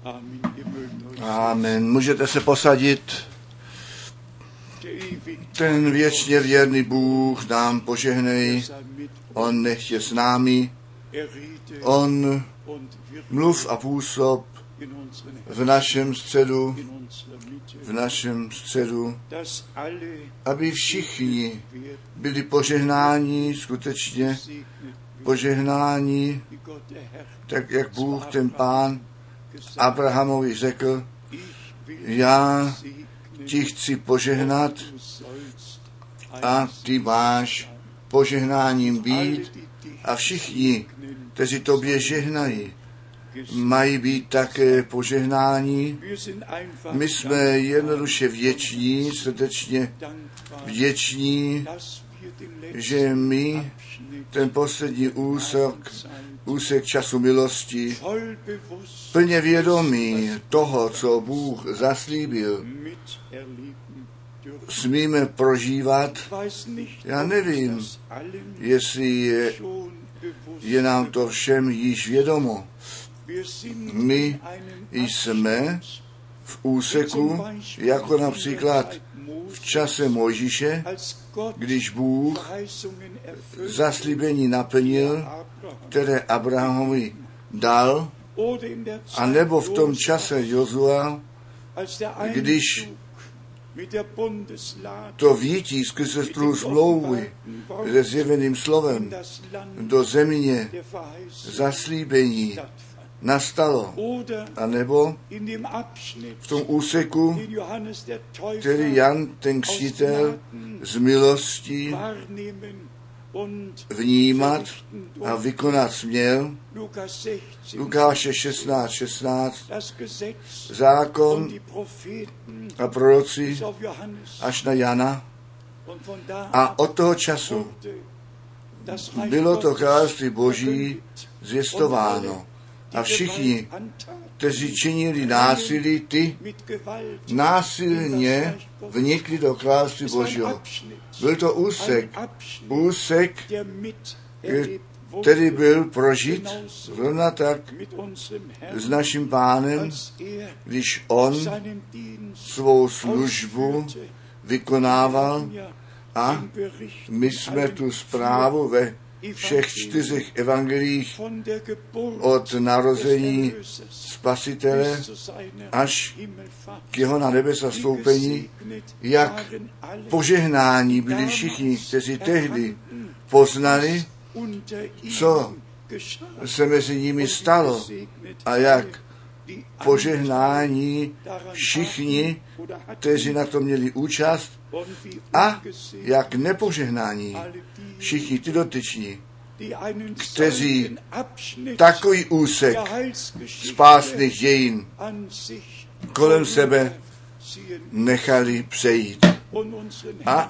Amen. Můžete se posadit. Ten věčně věrný Bůh nám požehnej. On nech je s námi. On mluv a působ v našem středu, aby všichni byli požehnáni, skutečně požehnáni, tak jak Bůh, ten Pán, Abrahamovi řekl, já ti chci požehnat a ty máš požehnáním být a všichni, kteří tobě žehnají, mají být také požehnáni. My jsme jednoduše vděční, srdečně vděční, že my ten poslední úsek času milosti, plně vědomí toho, co Bůh zaslíbil, smíme prožívat. Já nevím, jestli je nám to všem již vědomo. My jsme v úseku, jako například v čase Mojžíše, když Bůh zaslíbení naplnil, které Abrahamovi dal, a nebo v tom čase Jozua, když to vítí skrze struhu smlouvy se zjeveným slovem do země zaslíbení nastalo, a nebo v tom úseku, který Jan ten Křtitel z milostí vnímat a vykonat směl. Lukáše 16:16, zákon a proroci až na Jana. A od toho času bylo to království Boží zvěstováno. A všichni, kteří činili násilí, ty násilně vnikli do království Božího. Byl to úsek, který byl prožit zrovna tak s naším Pánem, když on svou službu vykonával, a my jsme tu zprávu ve všech 4 evangelích od narození Spasitele až k jeho na nebesa stoupení, jak požehnání byli všichni, kteří tehdy poznali, co se mezi nimi stalo, a jak požehnání všichni, kteří na to měli účast, a jak nepožehnání všichni ty dotyční, kteří takový úsek spásných dějin kolem sebe nechali přejít. A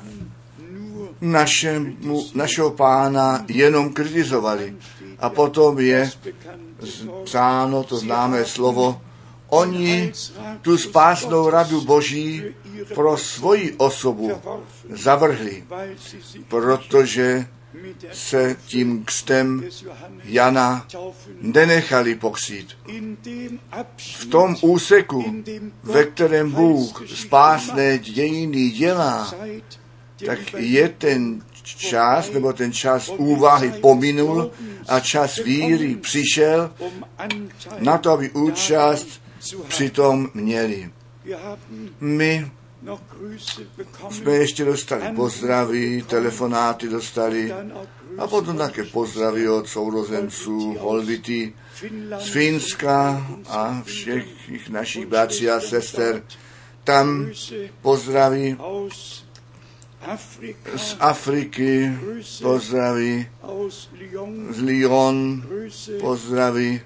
našeho Pána jenom kritizovali. A potom je psáno to známé slovo, oni tu spásnou radu Boží pro svoji osobu zavrhli, protože se tím křtem Jana nenechali pokřít. V tom úseku, ve kterém Bůh spásné dějiny dělá, tak je ten čas, nebo ten čas úvahy pominul a čas víry přišel na to, aby účast přitom měli. My jsme ještě dostali pozdraví, telefonáty dostali a potom také pozdraví od sourozenců Holvity z Finska a všech našich bratří a sester. Tam pozdraví z Afriky, pozdraví z Lyon, pozdraví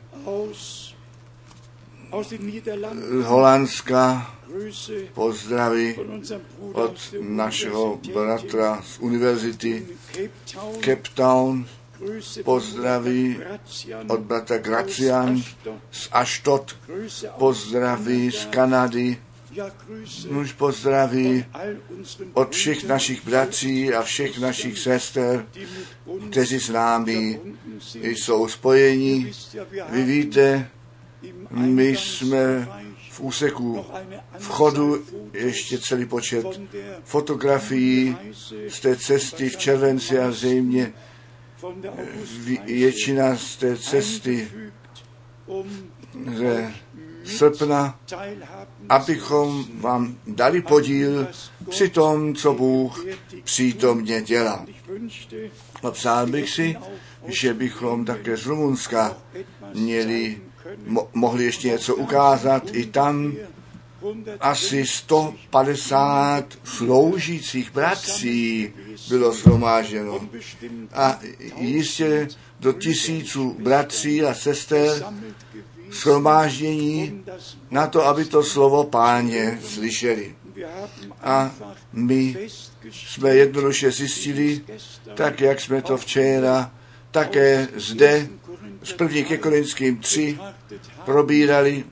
z Holandska, pozdraví od našeho bratra z univerzity Cape Town, pozdraví od bratra Gracian z Ashdod, pozdraví z Kanady, už pozdraví od všech našich bratří a všech našich sester, kteří s námi jsou spojeni. Vy víte, My jsme v úseku vchodu ještě celý počet fotografií z té cesty v červenci a zřejmě většina z té cesty ze srpna, abychom vám dali podíl při tom, co Bůh přítomně dělá. A přál bych si, že bychom také z Rumunska mohli ještě něco ukázat. I tam asi 150 sloužících bratří bylo shromážděno. A jistě do 1000 bratří a sester shromáždění na to, aby to slovo Páně slyšeli. A my jsme jednoduše zjistili, tak jak jsme to včera také zde z 1. ke Korinským 3 probírali,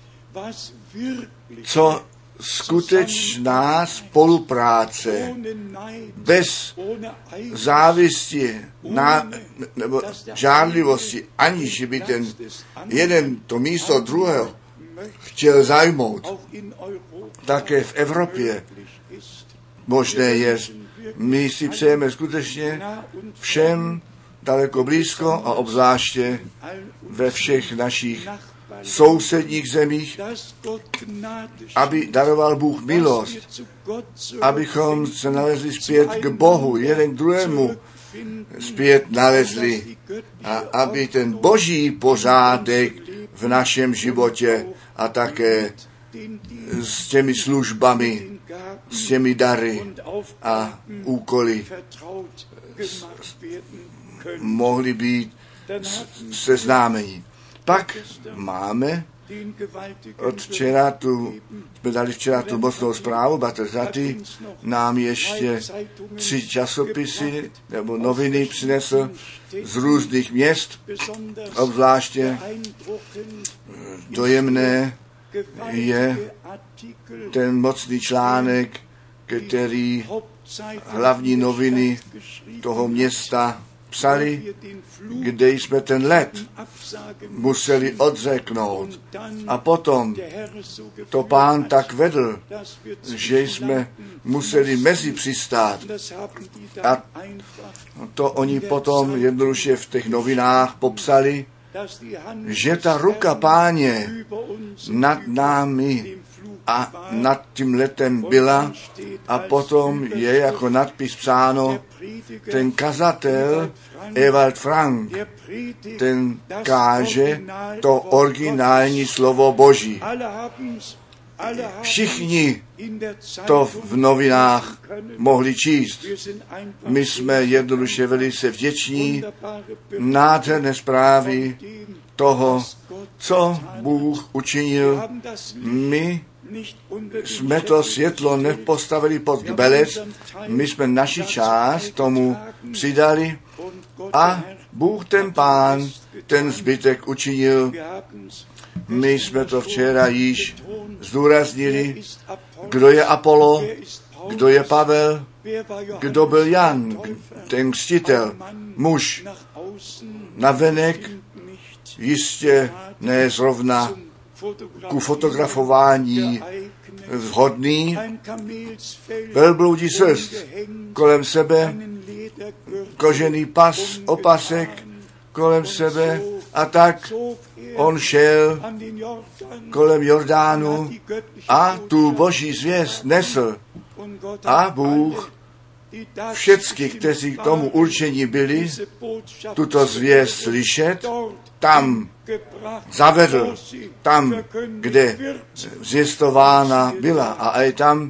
co skutečná spolupráce bez závisti nebo žárlivosti, aniž by ten jeden to místo druhého chtěl zajmout, také v Evropě možné je. My si přejeme skutečně všem daleko blízko a obzvláště ve všech našich sousedních zemích, aby daroval Bůh milost, abychom se nalezli zpět k Bohu, jeden k druhému zpět nalezli a aby ten boží pořádek v našem životě a také s těmi službami, s těmi dary a úkoly mohli být seznámeni. Pak máme od včera jsme dali včera tu mocnou zprávu, Bratr Zaty nám ještě 3 časopisy nebo noviny přinesl z různých měst, obzvláště dojemné je ten mocný článek, který hlavní noviny toho města psali, kde jsme ten let museli odřeknout. A potom to Pán tak vedl, že jsme museli mezi přistát. A to oni potom jednoduše v těch novinách popsali, že ta ruka Páně nad námi a nad tím letem byla a potom je jako nadpis psáno, ten kazatel Ewald Frank, ten káže to originální slovo Boží. Všichni to v novinách mohli číst. My jsme jednoduše velice vděční, nádherné zprávy toho, co Bůh učinil. My jsme to světlo nepostavili pod kbelec, my jsme naši část tomu přidali a Bůh ten Pán ten zbytek učinil. My jsme to včera již zdůraznili, kdo je Apollo, kdo je Pavel, kdo byl Jan, ten křtitel, muž navenek, jistě ne zrovna ku fotografování vhodný, velbloudí srst kolem sebe, kožený pas, opasek kolem sebe a tak on šel kolem Jordánu a tu boží zvěst nesl. A Bůh všecky, kteří k tomu určení byli, tuto zvěst slyšet, tam zavedl, tam, kde zvěstována byla. A i tam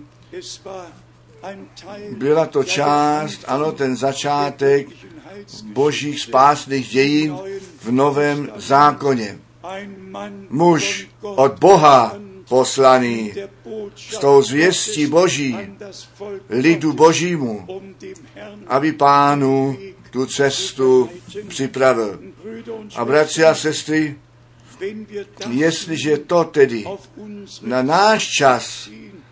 byla to část, ano, ten začátek božích spásných dějin v Novém zákoně. Muž od Boha poslaný s tou zvěstí boží, lidu božímu, aby Pánu tu cestu připravil. A bratři a sestry, jestliže to tedy na náš čas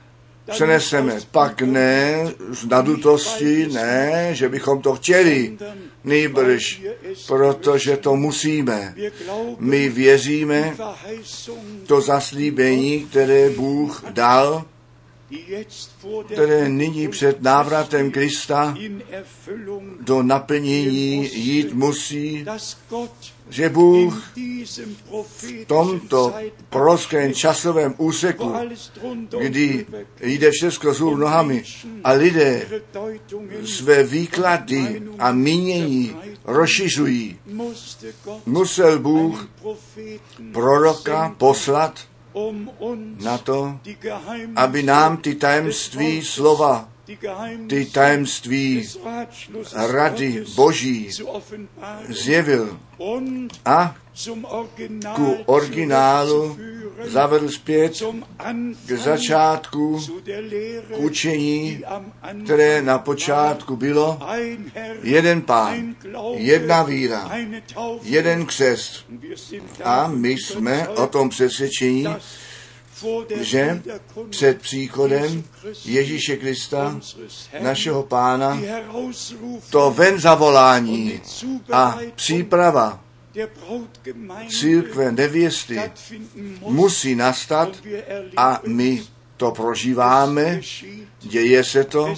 přeneseme. Pak ne z nadutosti, ne, že bychom to chtěli, nýbrž, protože to musíme. My věříme to zaslíbení, které Bůh dal, které nyní před návratem Krista do naplnění jít musí, že Bůh v tomto prorockém časovém úseku, kdy jde všechno z nohami a lidé své výklady a mínění rozšiřují, musel Bůh proroka poslat na to, aby nám ty tajemství slova, ty tajemství rady Boží zjevil a ku originálu zavedl zpět k začátku, k učení, které na počátku bylo jeden Pán, jedna víra, jeden křest. A my jsme o tom přesvědčení, že před příchodem Ježíše Krista, našeho Pána, to ven zavolání a příprava církve nevěsty musí nastat a my to prožíváme, děje se to,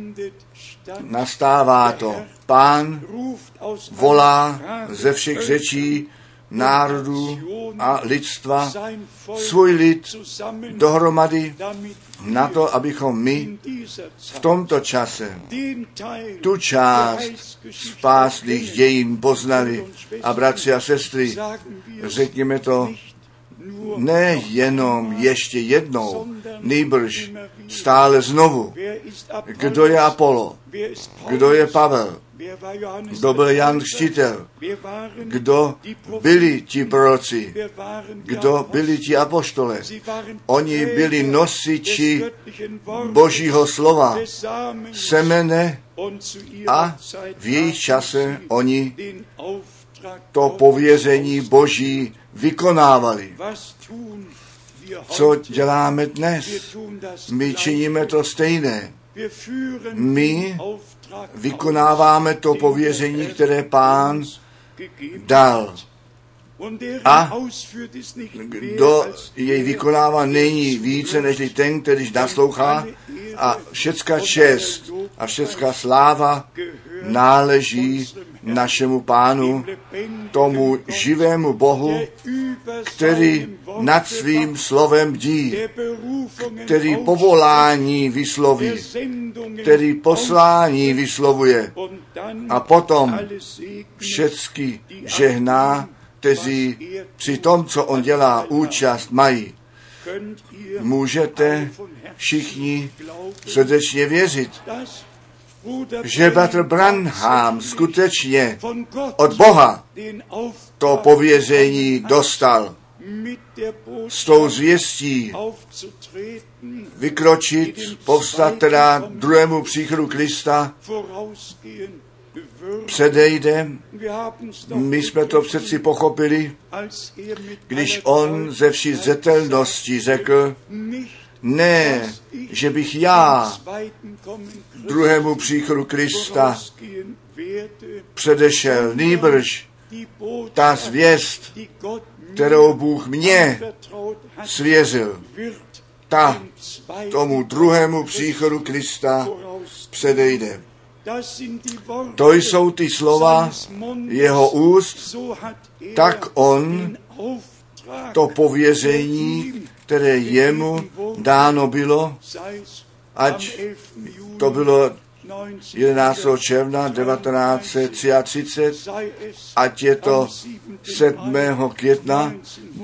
nastává to. Pán volá ze všech řečí, národů a lidstva svůj lid dohromady na to, abychom my v tomto čase tu část spásných dějin poznali. A bratři a sestry, řekněme to nejenom ještě jednou, nýbrž stále znovu. Kdo je Apollo? Kdo je Pavel? Kdo byl Jan Křtitel? Kdo byli ti proroci? Kdo byli ti apoštole? Oni byli nosiči Božího slova, semene a v jejich čase oni to pověření Boží vykonávali. Co děláme dnes? My činíme to stejné. My vykonáváme to pověření, které Pán dal. A kdo jej vykonává, není více než ten, který naslouchá, a všecká čest a všecká sláva náleží našemu Pánu, tomu živému Bohu, který nad svým slovem bdí, který povolání vysloví, který poslání vyslovuje a potom všecky žehná, kteří při tom, co on dělá, účast mají. Můžete všichni srdečně věřit, že bratr Branham skutečně od Boha to pověření dostal s tou zvěstí vykročit, povstat teda druhému příchodu Krista předejde. My jsme to přeci pochopili, když on ze vší zřetelnosti řekl, ne, že bych já druhému příchodu Krista předešel, nýbrž ta zvěst, kterou Bůh mě svěřil, ta tomu druhému příchodu Krista předejde. To jsou ty slova jeho úst, tak on to pověření, které jemu dáno bylo, ať to bylo 11. června 1933, ať je to 7. května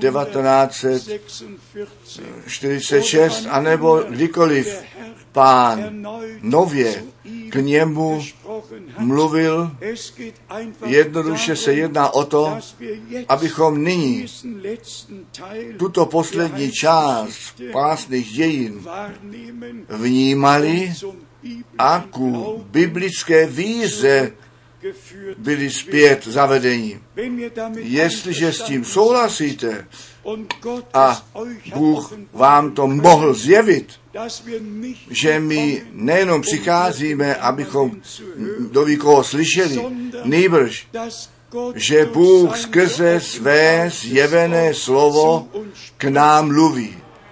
1946, anebo kdykoliv Pán nově k němu mluvil. Jednoduše se jedná o to, abychom nyní tuto poslední část pásných dějin vnímali a ku biblické víře byli zpět zavedeni. Jestliže s tím souhlasíte a Bůh vám to mohl zjevit, že my nejenom přicházíme, abychom do koho slyšeli, nýbrž, že Bůh skrze své zjevené slovo k nám mluví.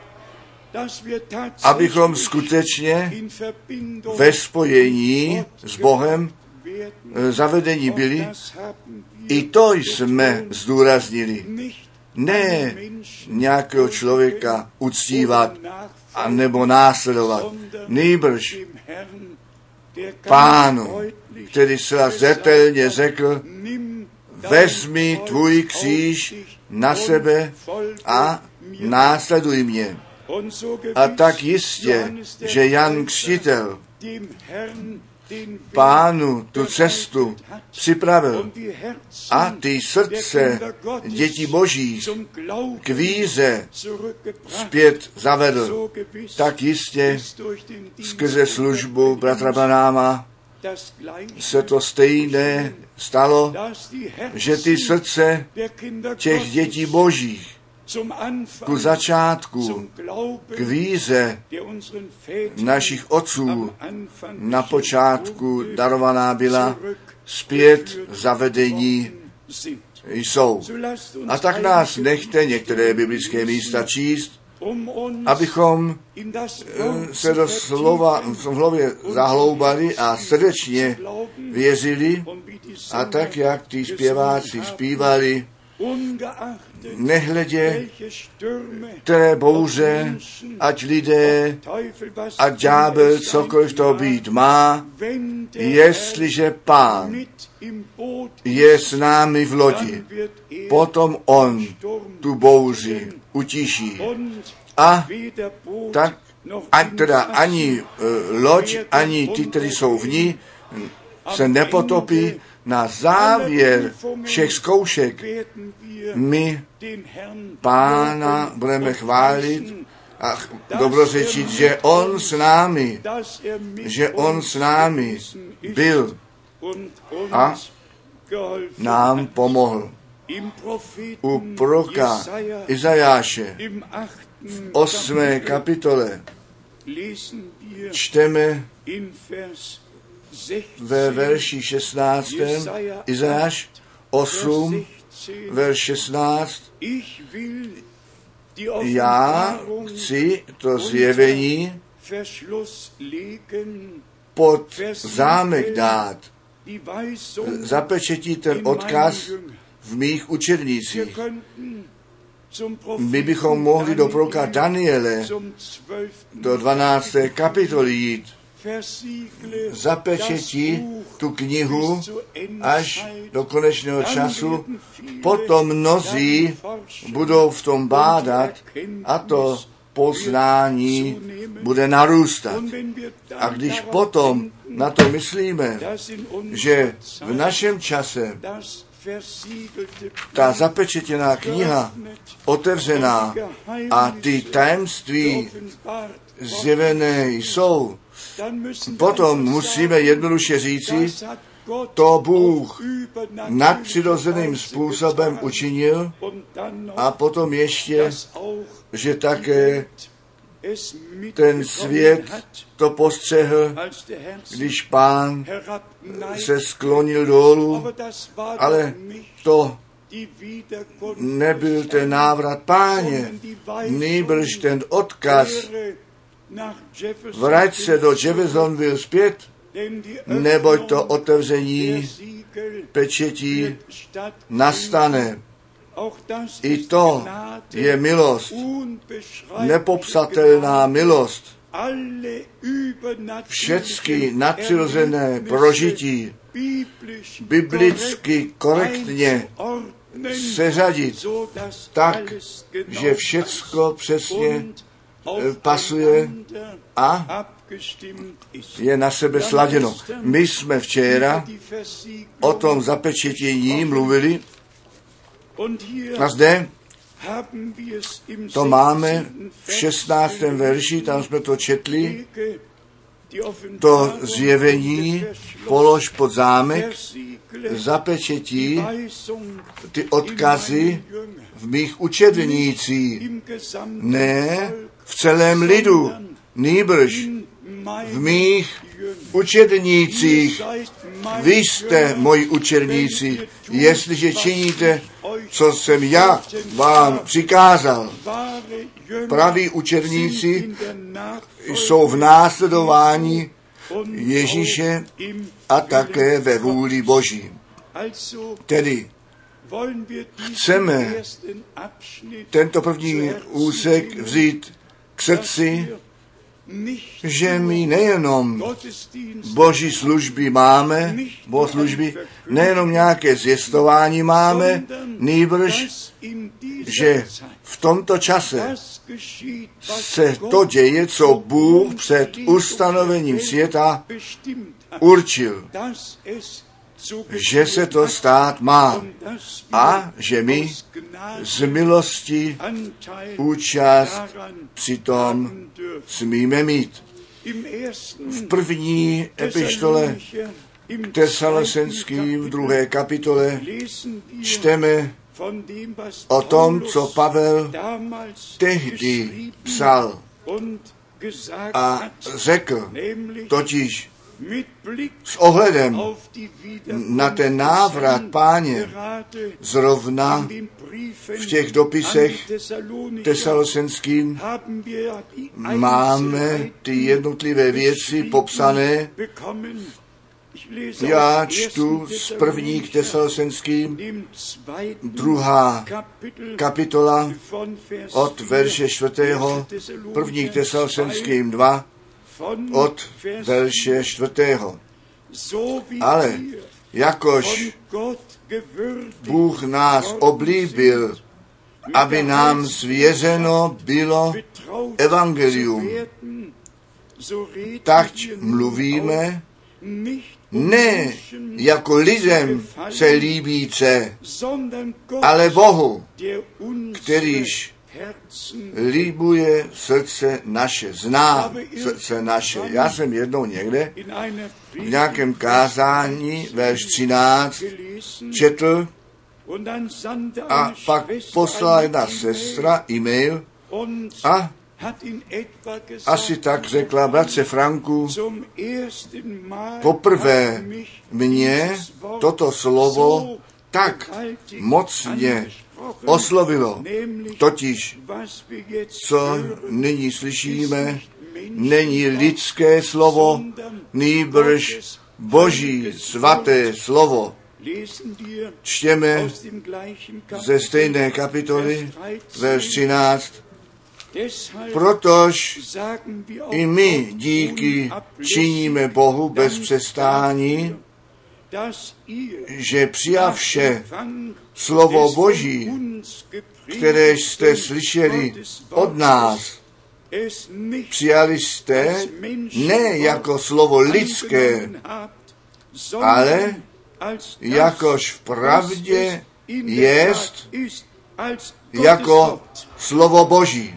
Abychom skutečně ve spojení s Bohem zavedení byli, i to jsme zdůraznili. Ne nějakého člověka uctívat a nebo následovat, nýbrž Pánu, který se zřetelně řekl, vezmi tvůj kříž na sebe a následuj mě. A tak jistě, že Jan Křtitel Pánu tu cestu připravil a ty srdce dětí božích k víře zpět zavedl, tak jistě skrze službu bratra Branáma se to stejné stalo, že ty srdce těch dětí božích ku začátku, k víře našich otců na počátku darovaná byla, zpět zavedení jsou. A tak nás nechte některé biblické místa číst, abychom se do slova v hlavě zahloubali a srdečně věřili, a tak, jak ty zpěváci zpívali, nehledě, které bouře, ať lidé, ať ďábel cokoliv to být má, jestliže Pán je s námi v lodi, potom on tu bouři utiší. A tak teda ani loď, ani ty, kteří jsou v ní, se nepotopí. Na závěr všech zkoušek my Pána budeme chválit a dobrořečit, že on s námi byl a nám pomohl. U proroka Izajáše v 8. kapitole čteme ve verši 16. Izajáš 8, verš 16. Já chci to zjevení pod zámek dát. Zapečetí ten odkaz v mých učednících. My bychom mohli do proroka Daniele do 12. kapitoly jít. Zapečetí tu knihu až do konečného času, potom mnozí budou v tom bádat a to poznání bude narůstat. A když potom na to myslíme, že v našem čase ta zapečetěná kniha otevřená a ty tajemství zjevené jsou, potom musíme jednoduše říci, to Bůh nadpřirozeným způsobem učinil a potom ještě, že také ten svět to postřehl, když Pán se sklonil dolů, ale to nebyl ten návrat Páně, nýbrž ten odkaz, vrať se do Jeffersonville zpět, neboť to otevření pečetí nastane. I to je milost, nepopsatelná milost. Všecky nadpřirozené prožití biblicky korektně seřadit tak, že všecko přesně pasuje a je na sebe sladěno. My jsme včera o tom zapečetění mluvili a zde to máme v 16. verši, tam jsme to četli, to zjevení polož pod zámek zapečetí ty odkazy v mých učednících, ne v celém lidu, nýbrž v mých učednících. Vy jste moji učedníci, jestliže činíte, co jsem já vám přikázal. Praví učedníci jsou v následování Ježíše a také ve vůli Boží. Tedy chceme tento první úsek vzít k srdci, že my nejenom Boží služby máme, bohoslužby, nejenom nějaké zvěstování máme, nýbrž, že v tomto čase se to děje, co Bůh před ustanovením světa určil, že se to stát má a že my z milosti účast přitom smíme mít. V první epištole Tesalonickým v 2. kapitole čteme o tom, co Pavel tehdy psal a řekl, totiž s ohledem na ten návrat Páně zrovna v těch dopisech tesalonickým máme ty jednotlivé věci popsané. Já čtu z první k tesalonickým 2. kapitola od verše 4. První k tesalonickým 2 od verše 4. Ale jakož Bůh nás oblíbil, aby nám svěřeno bylo evangelium, tak mluvíme ne jako lidem se líbíce, ale Bohu, kterýž líbuje srdce naše, zná srdce naše. Já jsem jednou někde v nějakém kázání, verš 13, četl a pak poslala jedna sestra e-mail a asi tak řekla, bratře Franku, poprvé mě toto slovo tak mocně oslovilo, totiž, co nyní slyšíme, není lidské slovo, nýbrž Boží svaté slovo. Čtěme ze stejné kapitoly, verš 13, protož i my díky činíme Bohu bez přestání, že přijavše slovo Boží, které jste slyšeli od nás, přijali jste ne jako slovo lidské, ale jakož v pravdě jest jako slovo Boží.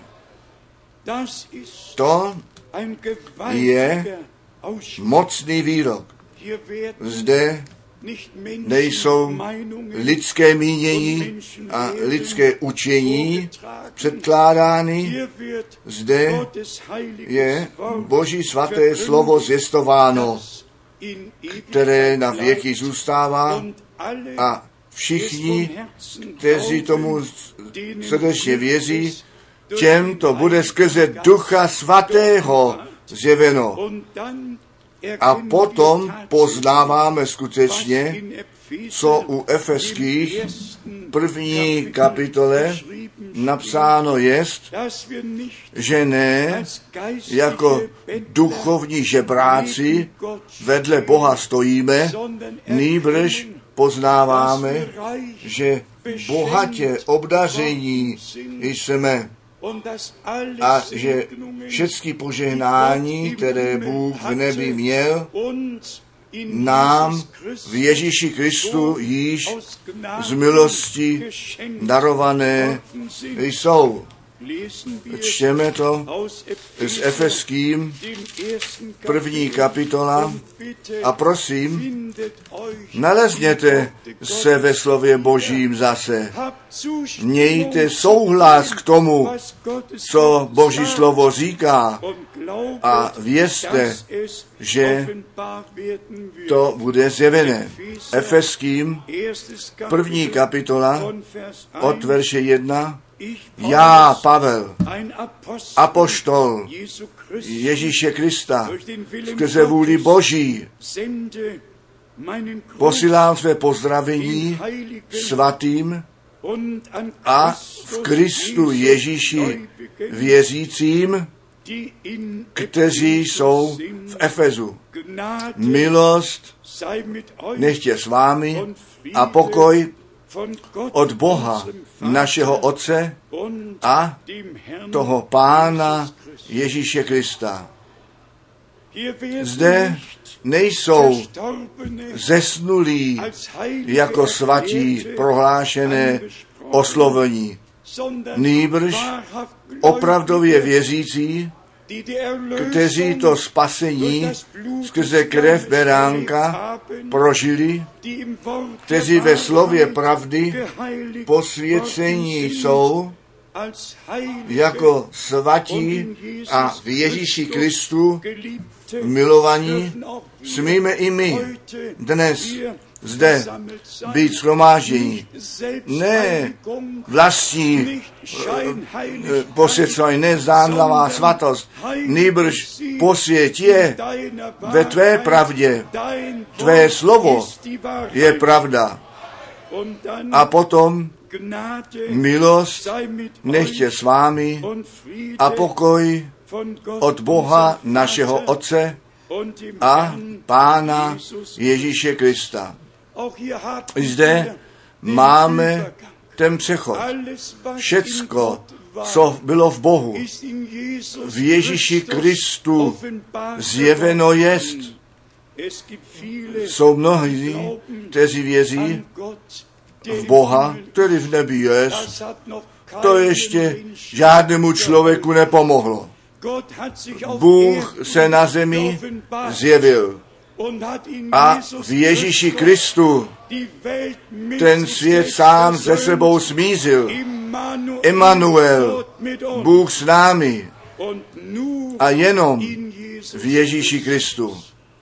To je mocný výrok. Zde nejsou lidské mínění a lidské učení předkládány. Zde je Boží svaté slovo zvěstováno, které na věky zůstává a všichni, kteří tomu srdečně věří, těm to bude skrze Ducha Svatého zjeveno. A potom poznáváme skutečně, co u Efeských první kapitole napsáno jest, že ne jako duchovní žebráci vedle Boha stojíme, nýbrž poznáváme, že bohatě obdaření jsme a že všechny požehnání, které Bůh v nebi měl, nám v Ježíši Kristu již z milosti darované jsou. Čteme to z Efeským, 1. kapitola, a prosím, nalezněte se ve slově Božím zase. Mějte souhlas k tomu, co Boží slovo říká, a věřte, že to bude zjevené. Efeským, 1. kapitola, od verše 1. Já, Pavel, apoštol Ježíše Krista, skrze vůli Boží, posílám své pozdravení svatým a v Kristu Ježíši věřícím, kteří jsou v Efezu. Milost nechtě s vámi a pokoj od Boha, našeho Otce a toho Pána Ježíše Krista. Zde nejsou zesnulí jako svatí prohlášené oslovení, nýbrž opravdově věřící, kteří to spasení skrze krev beránka prožili, kteří ve slově pravdy posvěcení jsou jako svatí a v Ježíši Kristu milovaní, smíme i my dnes zde být shromáždění. Ne vlastní posvěcování, ne zdánlavá svatost, nýbrž posvěť je ve tvé pravdě. Tvé slovo je pravda. A potom milost nechtě s vámi a pokoj od Boha našeho Otce a Pána Ježíše Krista. Zde máme ten přechod. Všecko, co bylo v Bohu, v Ježíši Kristu zjeveno jest. Jsou mnohí, kteří věří v Boha, který v nebi jest. To ještě žádnému člověku nepomohlo. Bůh se na zemi zjevil a v Ježíši Kristu ten svět sám se sebou smířil. Emanuel, Bůh s námi, a jenom v Ježíši Kristu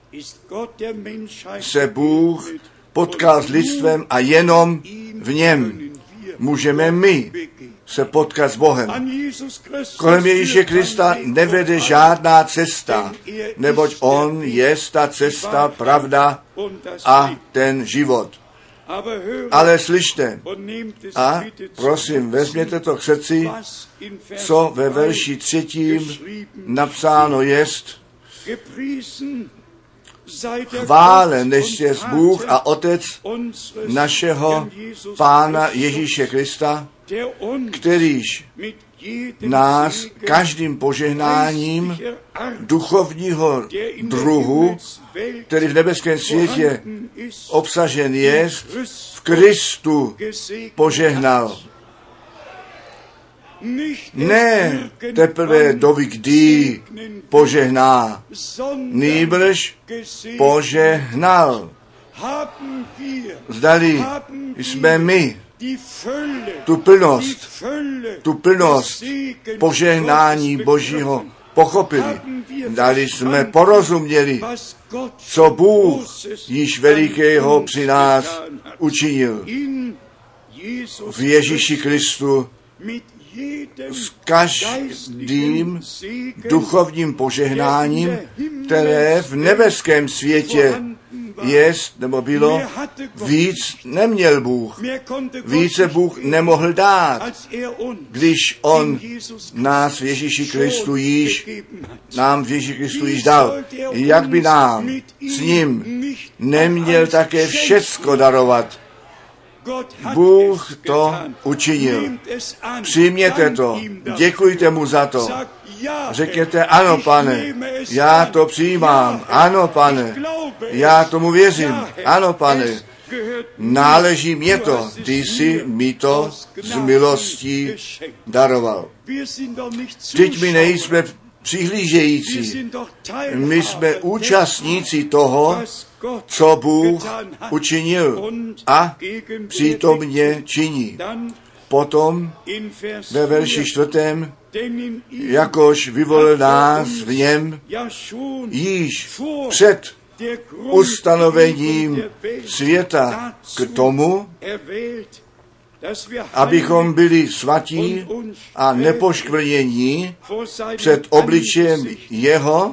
se Bůh potkal s lidstvem a jenom v něm můžeme my se potkat s Bohem. Kolem Ježíše Krista nevede žádná cesta, neboť on je ta cesta, pravda a ten život. Ale slyšte a prosím, vezměte to k srdci, co ve verši 3. napsáno jest. Chválen než je Bůh a Otec našeho Pána Ježíše Krista, kterýž nás každým požehnáním duchovního druhu, který v nebeském světě obsažen je, v Kristu požehnal. Ne teprve dovykdy požehná, nýbrž požehnal. Zdali jsme my tu plnost požehnání Božího pochopili. Dali jsme porozuměli, co Bůh již velikého při nás učinil. V Ježíši Kristu s každým duchovním požehnáním, které v nebeském světě jest, nebo bylo, víc neměl Bůh. Více Bůh nemohl dát, když on nás v Ježíši Kristu nám v Ježíši Kristu již dal. Jak by nám s ním neměl také všecko darovat? Bůh to učinil. Přijměte to, děkujte mu za to. Řekněte, ano, Pane, já to přijímám. Ano, Pane, já tomu věřím. Ano, Pane, náleží mě to, ty jsi mi to z milostí daroval. Vždyť my nejsme přihlížející, my jsme účastníci toho, co Bůh učinil a přítomně činí. Potom ve verši 4. jakož vyvolil nás v něm již před ustanovením světa k tomu, abychom byli svatí a nepoškvrnění před obličejem jeho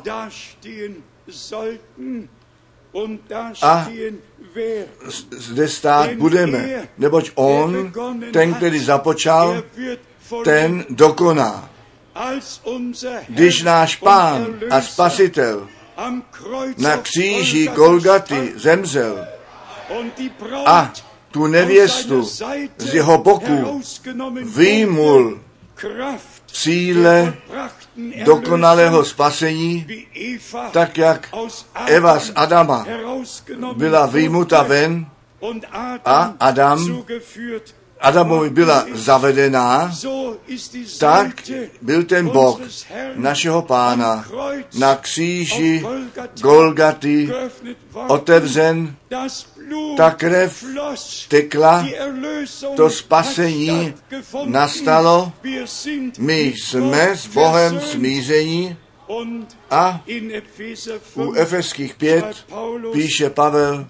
a zde stát budeme, neboť on, ten, který započal, ten dokoná. Když náš Pán a Spasitel na kříži Golgaty zemřel a tu nevěstu z jeho boku vyjmul síle dokonalého spasení, tak jak Eva z Adama byla vyjmuta ven a Adamovi byla zavedená, tak byl ten bok našeho Pána na kříži Golgaty otevřen, ta krev tekla, to spasení nastalo, my jsme s Bohem smíření a u Efeských 5 píše Pavel,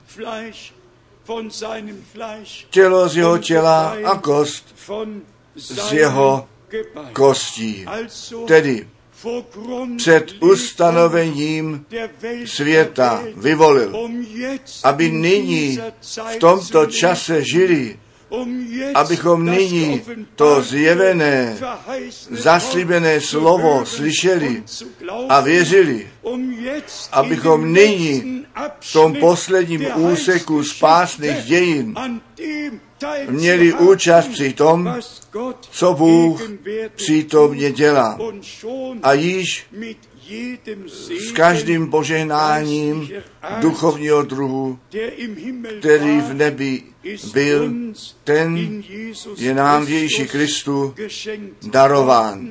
tělo z jeho těla a kost z jeho kostí. Tedy před ustanovením světa vyvolil, aby nyní v tomto čase žili, abychom nyní to zjevené, zaslíbené slovo slyšeli a věřili, abychom nyní v tom posledním úseku spásných dějin měli účast při tom, co Bůh přítomně dělá. A již s každým požehnáním duchovního druhu, který v nebi byl, ten je nám v Ježíši Kristu darován.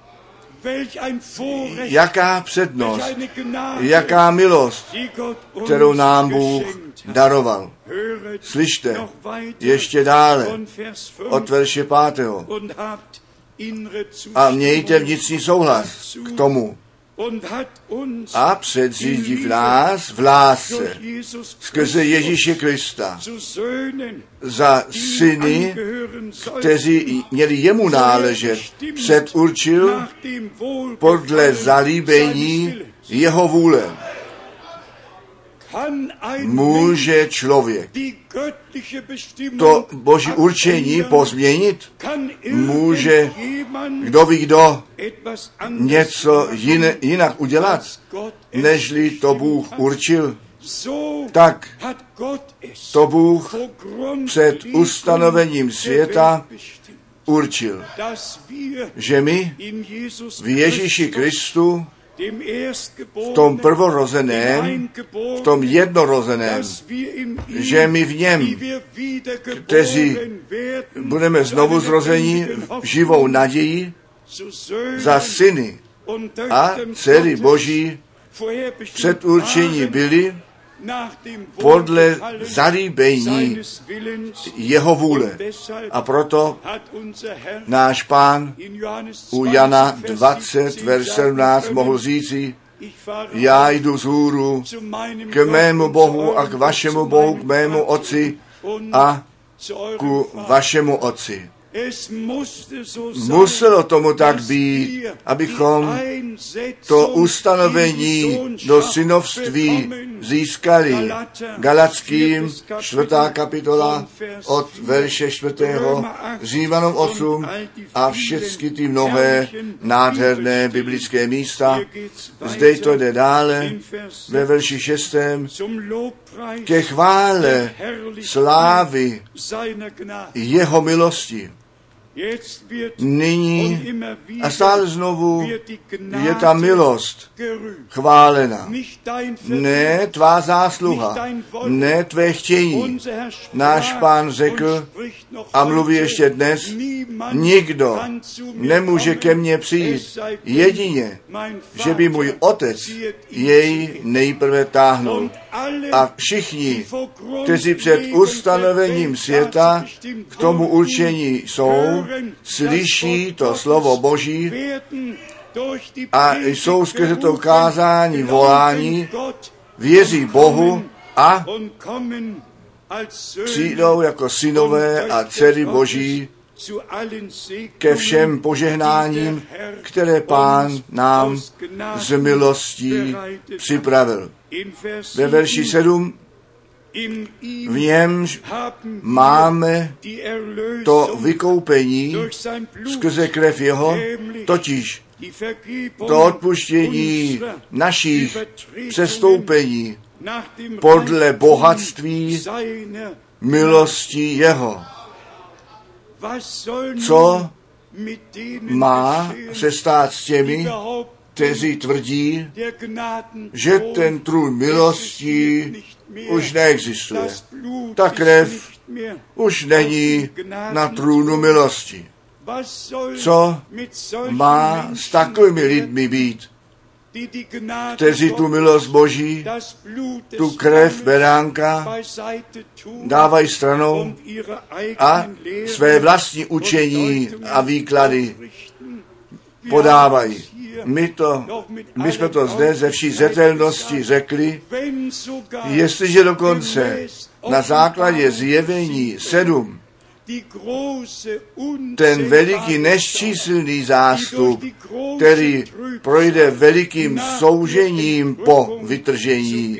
Jaká přednost, jaká milost, kterou nám Bůh daroval. Slyšte ještě dále od verše 5. A mějte vnitřní souhlas k tomu. A předřídí v nás v lásce skrze Ježíše Krista za syny, kteří měli jemu náležet, předurčil podle zalíbení jeho vůle. Může člověk to boží určení pozměnit? Může kdo ví kdo něco jinak udělat, nežli to Bůh určil? Tak to Bůh před ustanovením světa určil, že my v Ježíši Kristu v tom prvorozeném, v tom jednorozeném, že my v něm, kteří budeme znovu zrozeni živou naději za syny a dcery Boží předurčení byli podle zalíbení jeho vůle. A proto náš Pán u Jana 20, verš 17 mohl říci, já jdu vzhůru k mému Bohu a k vašemu Bohu, k mému Otci a ku vašemu Otci. Muselo tomu tak být, abychom to ustanovení do synovství získali. Galackým 4. kapitola od verše 4. Římanům 8 a všechny ty mnohé nádherné biblické místa. Zde to jde dále ve verši 6. ke chvále slávy jeho milosti. Nyní a stále znovu je ta milost chválena. Ne tvá zásluha, ne tvé chtění. Náš Pán řekl a mluví ještě dnes, nikdo nemůže ke mně přijít, jedině, že by můj Otec jej nejprve táhnul. A všichni, kteří před ustanovením světa k tomu určení jsou, slyší to slovo Boží a jsou skrze to kázání volání, věří Bohu a přijdou jako synové a dcery Boží ke všem požehnáním, které Pán nám z milostí připravil. Ve verši 7 v němž máme to vykoupení skrze krev jeho, totiž to odpuštění našich přestoupení podle bohatství milosti jeho. Co má se stát s těmi, kteří tvrdí, že ten trůn milosti už neexistuje. Ta krev už není na trůnu milosti. Co má s takovými lidmi být, kteří tu milost Boží, tu krev beránka dávají stranou a své vlastní učení a výklady podávají. My jsme to zde ze vší zřetelnosti řekli, jestliže dokonce na základě Zjevení 7 ten veliký nesčíslný zástup, který projde velikým soužením po vytržení,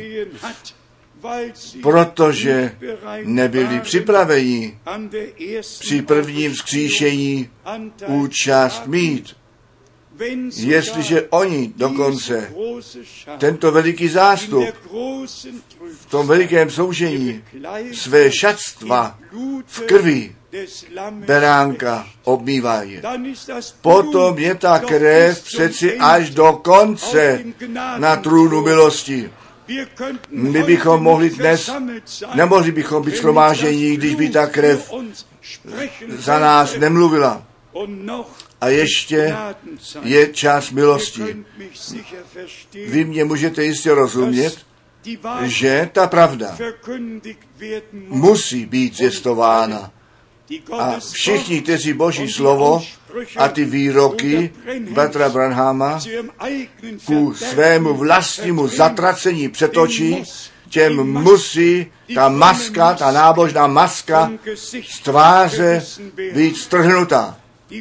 protože nebyli připraveni při prvním vzkříšení účast mít. Jestliže oni dokonce tento veliký zástup v tom velikém soužení své šatstva v krvi beránka obmývají, potom je ta krev přeci až do konce na trůnu milosti. My bychom mohli dnes, nemohli bychom být shromáždění, když by ta krev za nás nemluvila. A ještě je čas milosti. Vy mě můžete jistě rozumět, že ta pravda musí být zjistována. A všichni, kteří Boží slovo a ty výroky bratra Branhama ku svému vlastnímu zatracení přetočí, těm musí ta maska, ta nábožná maska z tváře být strhnutá.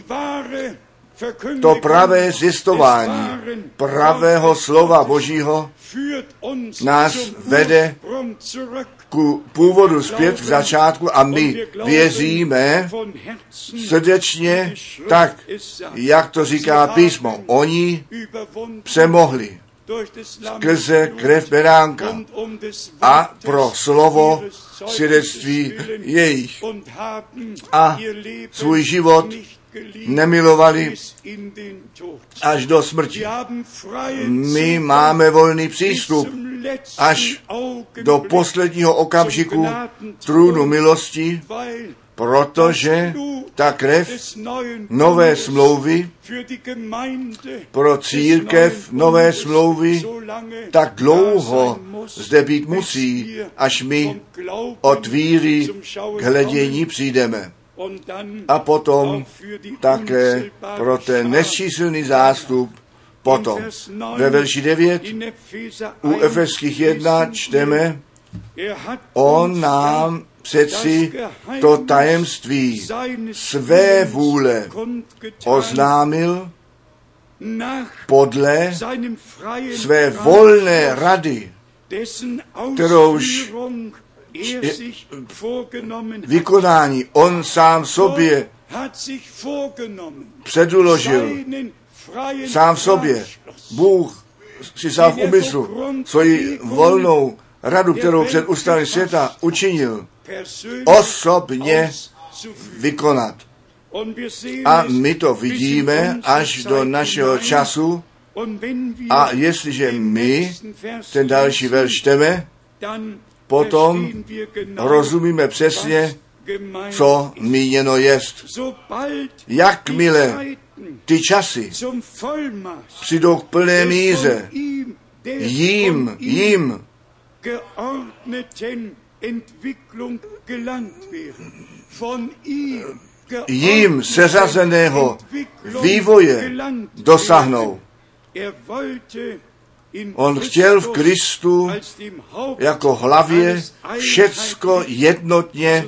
To pravé zjistování pravého slova Božího nás vede ku původu zpět, k začátku a my věříme srdečně tak, jak to říká písmo. Oni přemohli skrze krev beránka a pro slovo svědectví jejich a svůj život nemilovali až do smrti. My máme volný přístup až do posledního okamžiku trůnu milosti, protože ta krev nové smlouvy pro církev nové smlouvy tak dlouho zde být musí, až my od víry k hledění přijdeme. A potom také pro ten nesčíslný zástup potom. Ve verši 9 u Efeských 1 čteme, on nám přeci to tajemství své vůle oznámil podle své volné rady, kterouž vykonání on sám sobě předuložil, sám sobě. Bůh si sám v úmyslu svoji volnou radu, kterou před ustanovením světa učinil, osobně vykonat. A my to vidíme až do našeho času. A jestliže my ten další verš čteme, potom rozumíme přesně, co míněno jest. Jakmile ty časy přijdou k plné míře, jim seřazeného vývoje dosáhnou. On chtěl v Kristu jako hlavě všecko jednotně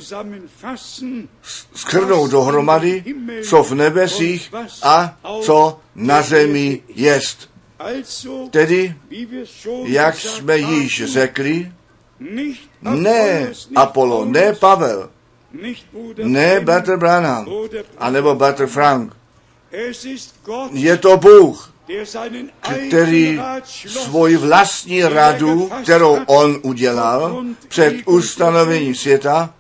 shrnout dohromady, co v nebesích a co na zemi jest. Tedy, jak jsme již řekli, ne Apollo, ne Pavel, ne Bratr Branham, anebo Bratr Frank. Je to Bůh, který svoji vlastní radu, kterou on udělal před ustanovením světa,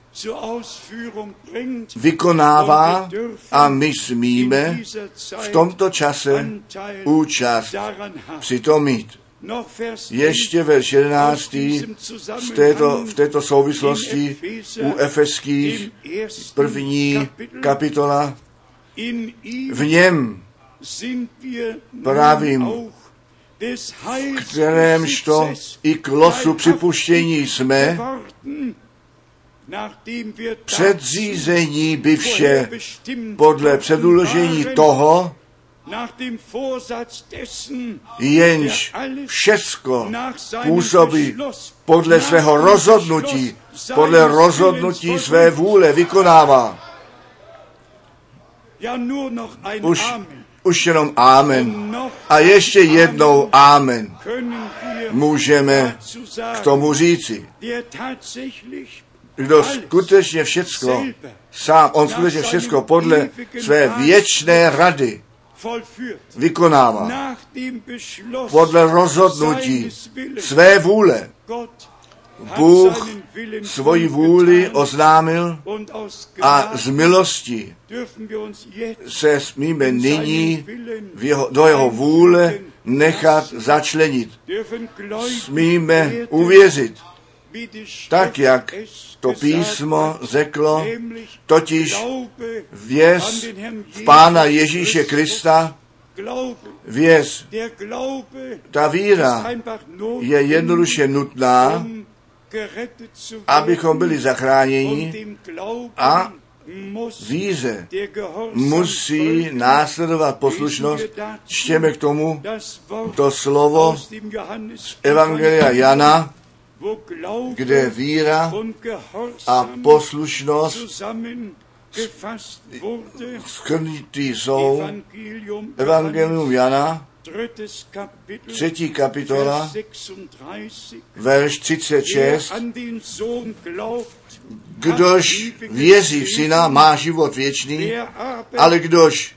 vykonává a my smíme v tomto čase účast přitom mít. Ještě verš 11. v této souvislosti u Efeských 1. kapitola. V něm pravím, kterémžto i k losu připuštění jsme, předřízení byvše podle předuložení toho, jenž všecko působí podle svého rozhodnutí, podle rozhodnutí své vůle vykonává. Už jenom amen. A ještě jednou amen můžeme k tomu říci. Kdo skutečně všecko, sám, on skutečně všecko podle své věčné rady vykonává. Podle rozhodnutí své vůle. Bůh svoji vůli oznámil a z milosti se smíme nyní do jeho vůle nechat začlenit. Smíme uvěřit, tak jak to písmo řeklo, totiž věř v Pána Ježíše Krista, věř, ta víra je jednoduše nutná, abychom byli zachráněni, a víře musí následovat poslušnost. Čtěme k tomu to slovo z Evangelia Jana, kde víra a poslušnost shrnutí jsou. Evangelium Jana, 3. kapitola, verš 36. Kdož věří v Syna, má život věčný, ale kdož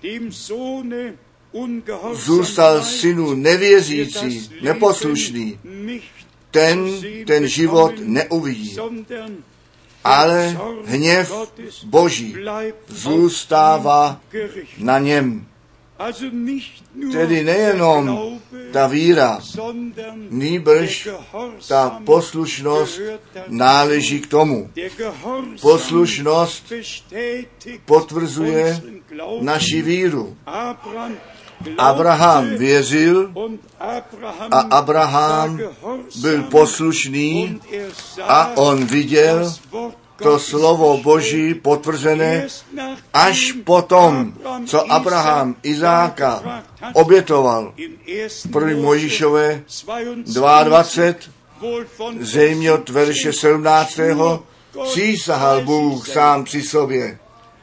zůstal Synu nevěřící, neposlušný, ten život neuvidí, ale hněv Boží zůstává na něm. Tedy nejenom ta víra, nýbrž ta poslušnost náleží k tomu. Poslušnost potvrzuje naši víru. Abraham věřil a Abraham byl poslušný a on viděl to slovo Boží potvrzené až potom, co Abraham Izáka obětoval. 1. Mojžíšové 22, zřejmě od verše 17. Přísahal Bůh sám při sobě.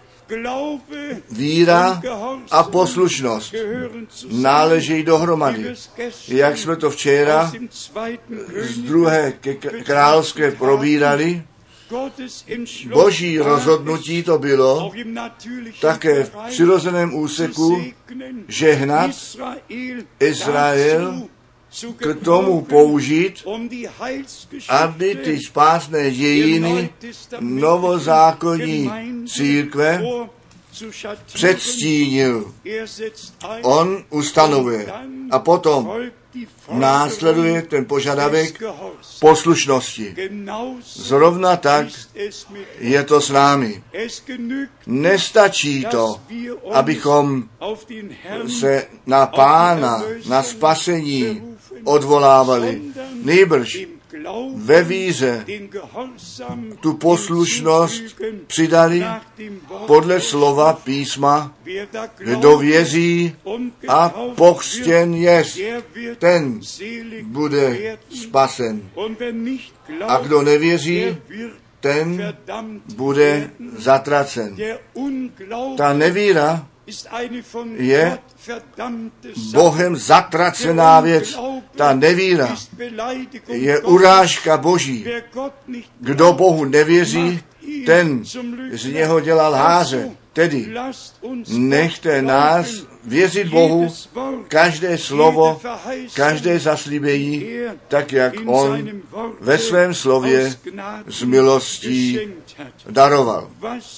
Víra a poslušnost náleží dohromady. Jak jsme to včera z 2. královské probírali, Boží rozhodnutí to bylo také v přirozeném úseku žehnat Izrael, k tomu použít, aby ty spásné dějiny novozákonní církve předstínil. On ustanovuje. A potom následuje ten požadavek poslušnosti. Zrovna tak je to s námi. Nestačí to, abychom se na Pána, na spasení odvolávali. Nýbrž ve víře tu poslušnost přidali podle slova písma, kdo věří a pokřtěn jest, ten bude spasen. A kdo nevěří, ten bude zatracen. Ta nevíra je Bohem zatracená věc. Ta nevíra je urážka Boží. Kdo Bohu nevěří, ten z něho dělá lháře. Tedy nechte nás věřit Bohu, každé slovo, každé zaslíbení, tak jak on ve svém slově z milostí daroval.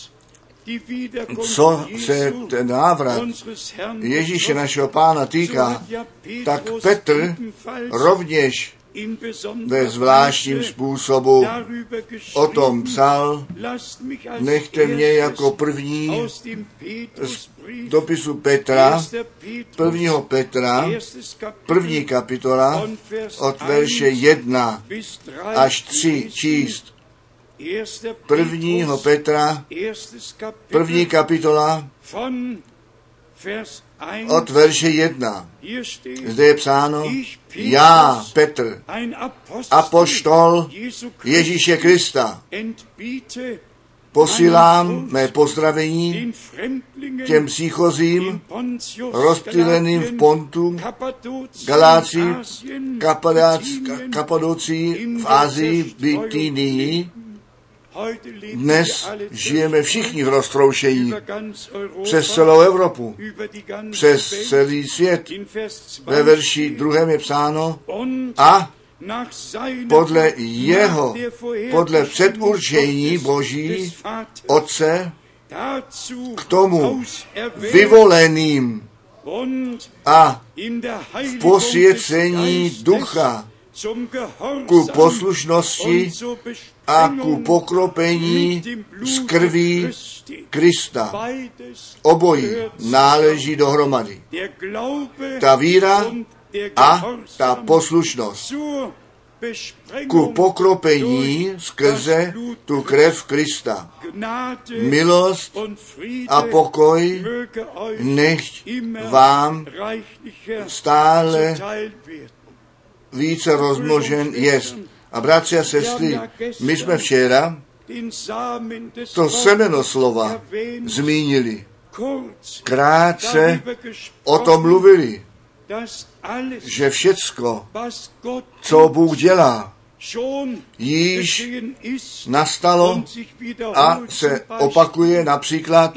Co se ten návrat Ježíše našeho Pána týká, tak Petr rovněž ve zvláštním způsobu o tom psal. Nechte mě jako první z dopisu Petra, 1. Petra, 1. kapitola, od verše 1 až 3 číst. 1. Petra, 1. kapitola, od verše 1. Zde je psáno, já, Petr, apoštol Ježíše Krista, posílám mé pozdravení těm příchozím, rozptýleným v Pontu, Galácii, Kapadocii, v Asii, Bitynii. Dnes žijeme všichni v roztroušení přes celou Evropu, přes celý svět. Ve verši 2. je psáno a podle předurčení Boží Otce k tomu vyvoleným a v posvěcení ducha ku poslušnosti a ku pokropení z krví Krista. Obojí náleží dohromady. Ta víra a ta poslušnost ku pokropení skrze tu krev Krista. Milost a pokoj nechť vám stále více rozmnožen jest. A bratři a sestry, my jsme včera to semeno slova zmínili. Krátce o tom mluvili, že všecko, co Bůh dělá, již nastalo a se opakuje například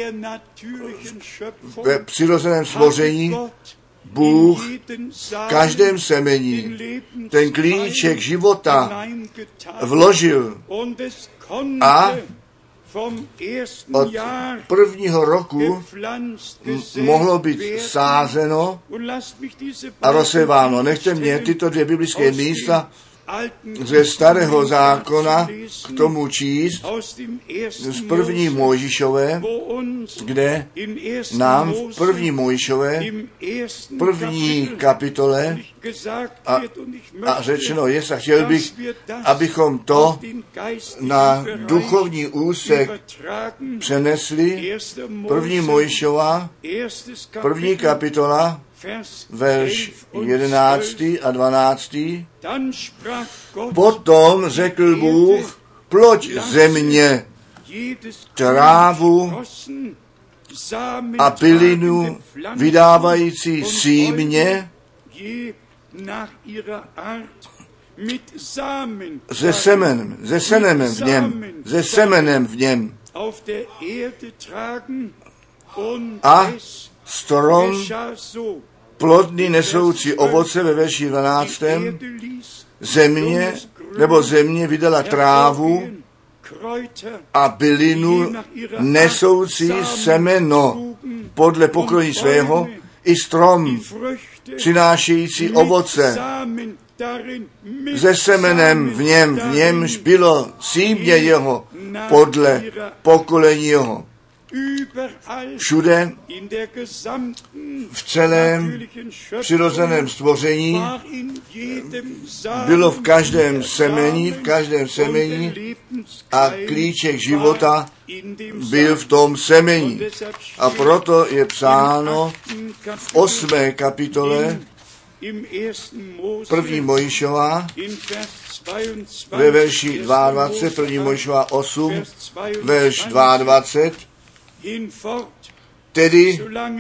ve přirozeném stvoření. Bůh v každém semení ten klíček života vložil a od prvního roku mohlo být sázeno a rozséváno. Nechte mě tyto dvě biblické místa ze Starého zákona k tomu číst z 1. Mojžíšové, kde nám v 1. Mojžíšové, 1. kapitole a řečeno je, a chtěl bych, abychom to na duchovní úsek přenesli. 1. Mojžíšova, 1. kapitola, verš 11. a 12. Potom řekl Bůh, ploď země, trávu a bylinu vydávající símě se semenem v něm a strom plodný nesoucí ovoce ve verši 12. Země vydala trávu a bylinu nesoucí semeno podle pokrojí svého, i strom přinášející ovoce se semenem v němž bylo símě jeho podle pokolení jeho. Všude v celém přirozeném stvoření bylo v každém semení a klíček života byl v tom semení. A proto je psáno v 8. kapitole 1. Mojžíšova ve verši 22, 1. Mojžíšova 8, verš 22, tedy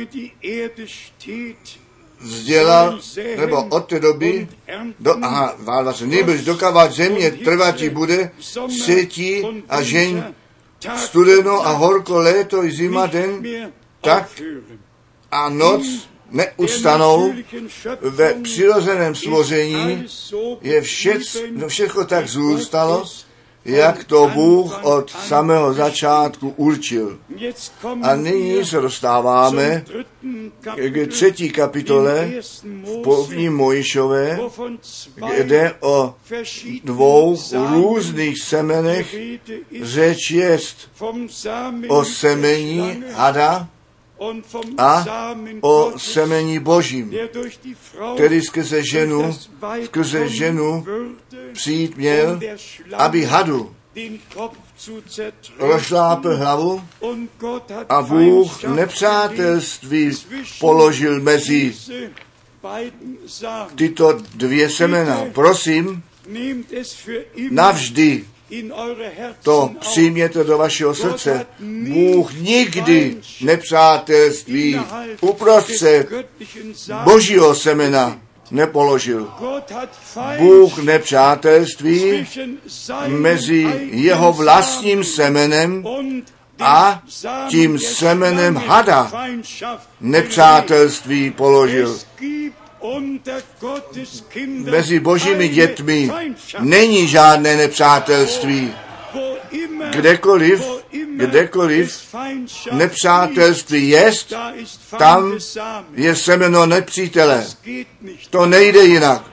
vzdělal, nebo od té doby, nýbrž dokavať země trvatí bude, setí a žeň, studeno a horko, léto i zima, den, tak a noc neustanou. Ve přirozeném stvoření je všechno tak zůstalo, jak to Bůh od samého začátku určil. A nyní se dostáváme k 3. kapitole v 1. Mojžíšové, kde o 2 různých semenech řeč jest, o semení hada a o semení Božím, který skrze ženu přijít měl, aby hadu rozšlápl hlavu, a Bůh nepřátelství položil mezi tyto dvě semena. Prosím, navždy to přijměte do vašeho srdce. Bůh nikdy nepřátelství uprostřed Božího semena nepoložil. Bůh nepřátelství mezi jeho vlastním semenem a tím semenem hada nepřátelství položil. Mezi Božími dětmi není žádné nepřátelství. Kdekoliv nepřátelství jest, tam je semeno nepřítele. To nejde jinak.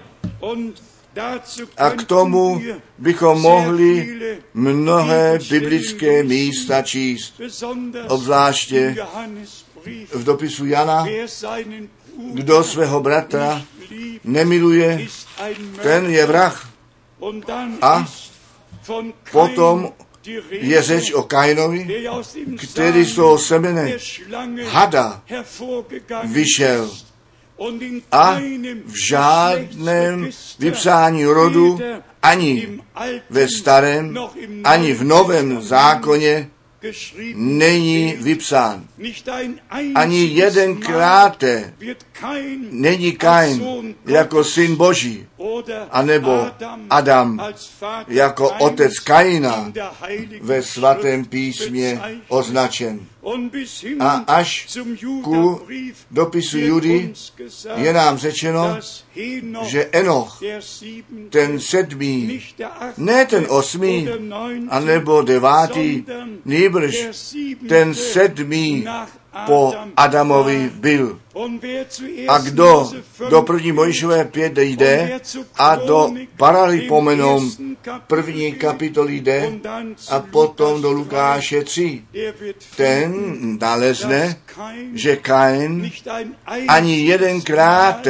A k tomu bychom mohli mnohé biblické místa číst. Obzvláště v dopisu Jana, kdo svého bratra nemiluje, ten je vrah. A potom je řeč o Kainovi, který z toho semene hada vyšel a v žádném vypsání rodu, ani ve starém, ani v novém zákoně není vypsán. Ani jedenkrát není Kain jako syn Boží, anebo Adam jako otec Kaina ve svatém písmě označen. A až ku dopisu Judy je nám řečeno, že Enoch, ten 7., ne ten 8., anebo 9., nýbrž ten 7. po Adamovi byl. A kdo do 1. Mojžíšové 5 jde a do Paralipomenon 1. kapitoly jde a potom do Lukáše 3, ten nalezne, že Kain ani jedenkrát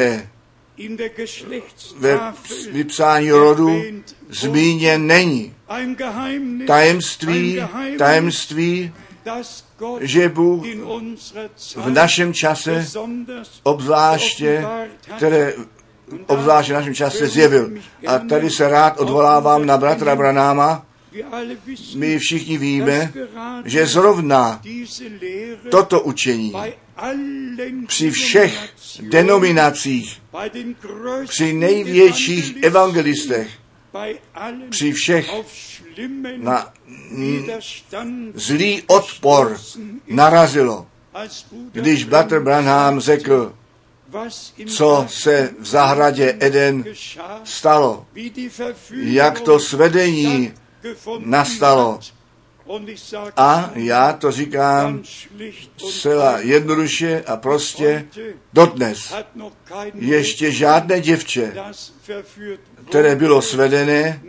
ve vypsání rodu zmíněn není. Tajemství, že Bůh v našem čase obzvláště v našem čase zjevil. A tady se rád odvolávám na bratra Branáma. My všichni víme, že zrovna toto učení při všech denominacích, při největších evangelistech, při všech na zlý odpor narazilo, když bratr Branham řekl, co se v zahradě Eden stalo, jak to svedení nastalo A já to říkám zcela jednoduše a prostě, dodnes ještě žádné děvče, které bylo svedené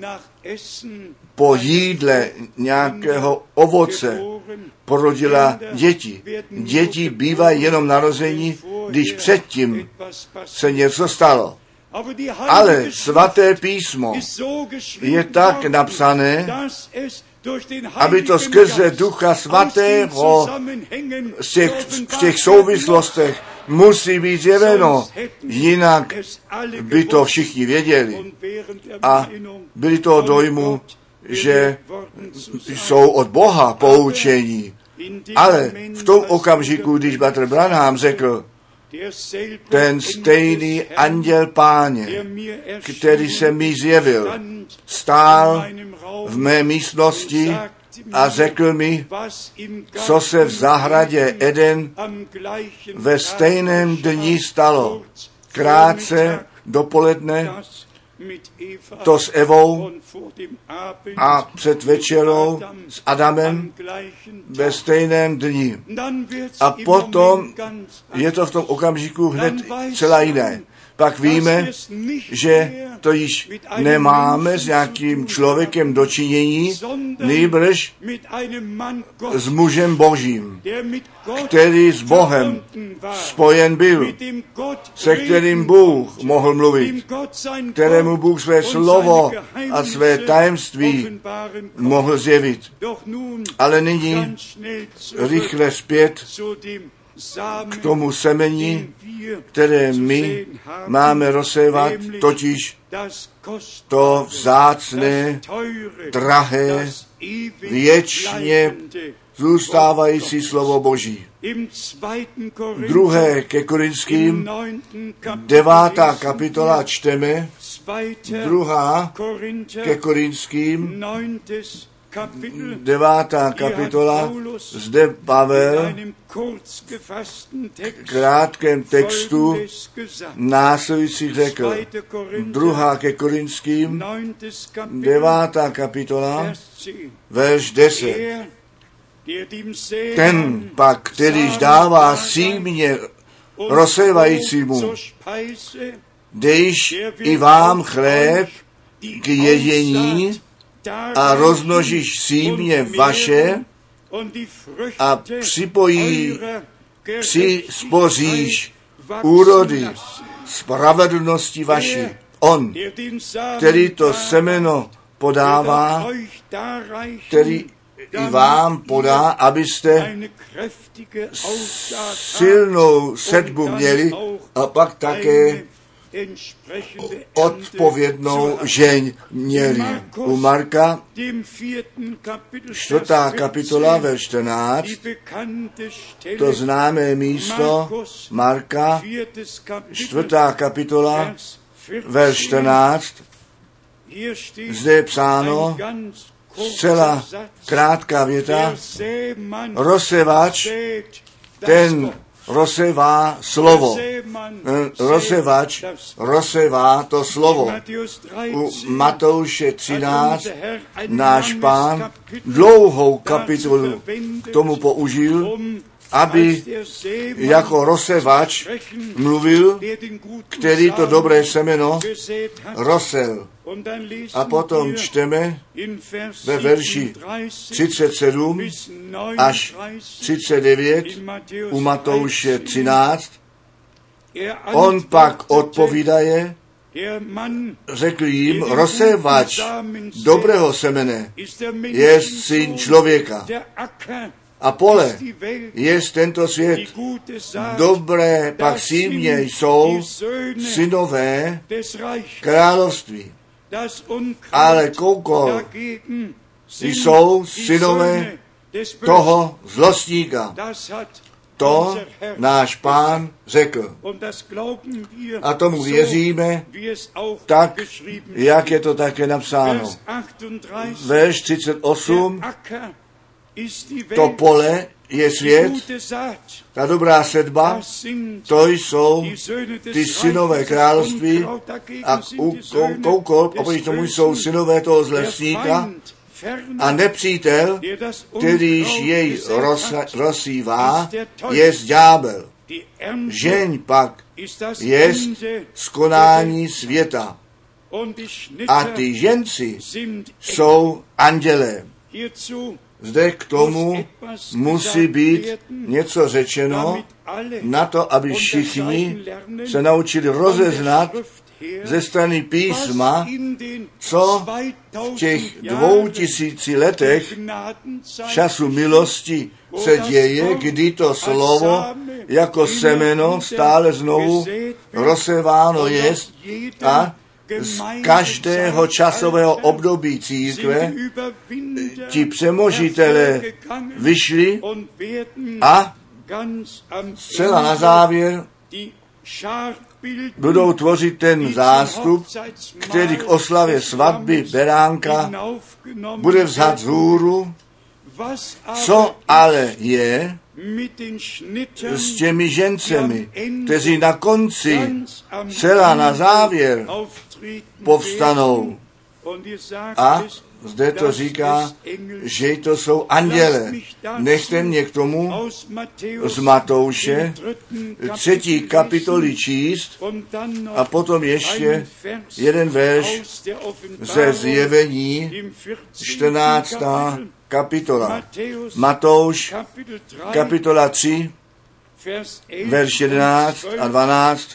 po jídle nějakého ovoce, porodila děti. Děti bývají jenom narození, když předtím se něco stalo. Ale svaté písmo je tak napsané, aby to skrze Ducha Svatého v těch souvislostech musí být zjeveno, jinak by to všichni věděli a byli toho dojmu, že jsou od Boha poučení. Ale v tom okamžiku, když bratr Branham řekl, ten stejný anděl Páně, který se mi zjevil, stál v mé místnosti a řekl mi, co se v zahradě Eden ve stejném dni stalo. Krátce dopoledne to s Evou a před večerou s Adamem ve stejném dni. A potom je to v tom okamžiku hned celá jiné. Pak víme, že to již nemáme s nějakým člověkem dočinění, nýbrž s mužem Božím, který s Bohem spojen byl, se kterým Bůh mohl mluvit, kterému Bůh své slovo a své tajemství mohl zjevit. Ale nyní rychle zpět k tomu semení, které my máme rozsévat, totiž to vzácné, drahé, věčně zůstávající slovo Boží. 2. ke Korinským, 9. kapitola čteme, 2. ke Korinským, 9. kapitola, zde Pavel v krátkém textu následující řekl. 2. ke Korinským, 9. kapitola, verš 10. Ten pak, kterýž dává símě rozsévajícímu, dejš i vám chléb k jedzení a rozmnožíš símě vaše a přispoříš úrody spravedlnosti vaší. On, který to semeno podává, který i vám podá, abyste silnou sedbu měli a pak také odpovědnou žeň měli. U Marka 4. kapitola ve 14, to známé místo Marka 4. kapitola ve 14, zde je psáno zcela krátká věta, rozsévač, ten rozsévá slovo. Rozsévač rozsévá to slovo. U Matouše 13 náš Pán dlouhou kapitolu k tomu použil, aby jako rozsévač mluvil, který to dobré semeno rozsel. A potom čteme ve verši 37 až 39 u Matouše 13. On pak odpovídaje, řekl jim, rozsévač dobrého semene je syn člověka. A pole je tento svět. Dobré pak símě jsou synové království. Ale koukol jsou synové toho zlostníka. To náš Pán řekl. A tomu věříme tak, jak je to také napsáno. Verš 38, to pole je svět, ta dobrá sedba, to jsou ty synové království a koukol, oproti tomu jsou synové toho zlesníka A nepřítel, kterýž jej rozsívá, jest ďábel. Žeň pak jest skonání světa. A ty ženci jsou andělé. Zde k tomu musí být něco řečeno, na to, aby všichni se naučili rozeznat ze strany písma, co v těch 2000 letech času milosti se děje, kdy to slovo jako semeno stále znovu rozséváno jest a z každého časového období církve ti přemožitelé vyšli a zcela na závěr budou tvořit ten zástup, který k oslavě svatby beránka bude vzat vzhůru. Co ale je s těmi žencemi, kteří na konci, celá na závěr povstanou? A zde to říká, že to jsou anděle. Nechte mě k tomu z Matouše 3. kapitoly číst a potom ještě jeden verš ze Zjevení 14. kapitola. Matouš kapitola 3, verš 11 a 12.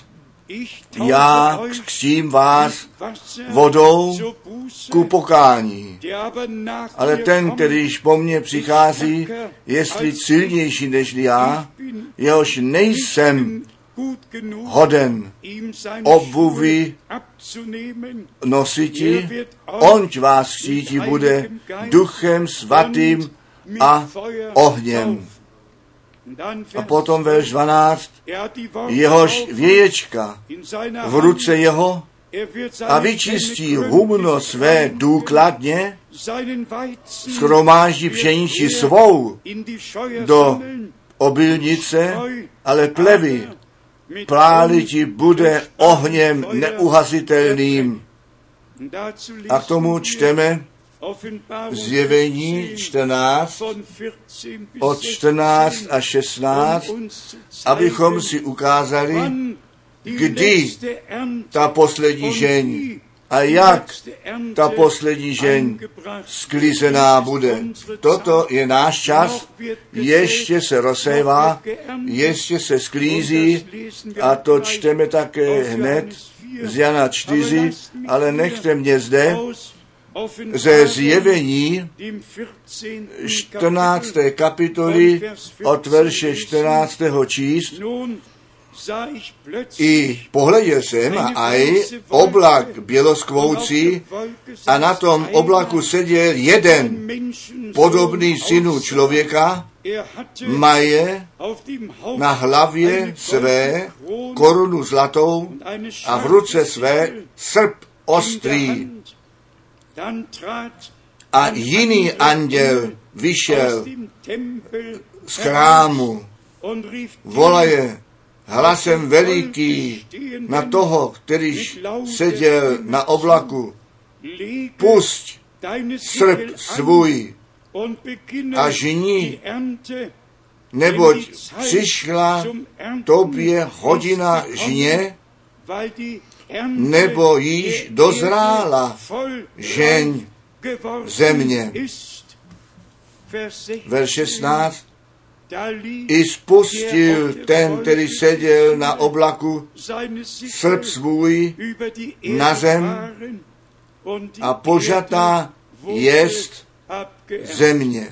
Já křtím vás vodou ku pokání, ale ten, kterýž po mně přichází, jestli silnější než já, jehož nejsem hoden obuvy nositi, onť vás křtítí bude duchem svatým a ohněm. A potom verš 12, jehož věječka v ruce jeho a vyčistí humno své důkladně, shromáždí pšenici svou do obilnice, ale plevy pláliti bude ohněm neuhasitelným. A k tomu čteme Zjevení 14, od 14 a 16, abychom si ukázali, kdy ta poslední žeň a jak ta poslední žeň sklizená bude. Toto je náš čas, ještě se rozsévá, ještě se sklízí a to čteme také hned z Jana 4, ale nechte mě zde ze Zjevení 14. kapitoly od verše 14. číst. I pohleděl jsem a i oblak běloskvoucí a na tom oblaku seděl jeden podobný synu člověka, maje na hlavě své korunu zlatou a v ruce své srp ostrý. A jiný anděl vyšel z chrámu, volaje hlasem veliký na toho, kterýž seděl na oblaku, pusť srp svůj a žni, neboť přišla tobě hodina žně, nebo již dozrála žeň země. Verš 16. I spustil ten, který seděl na oblaku, srp svůj na zem a požatá jest země.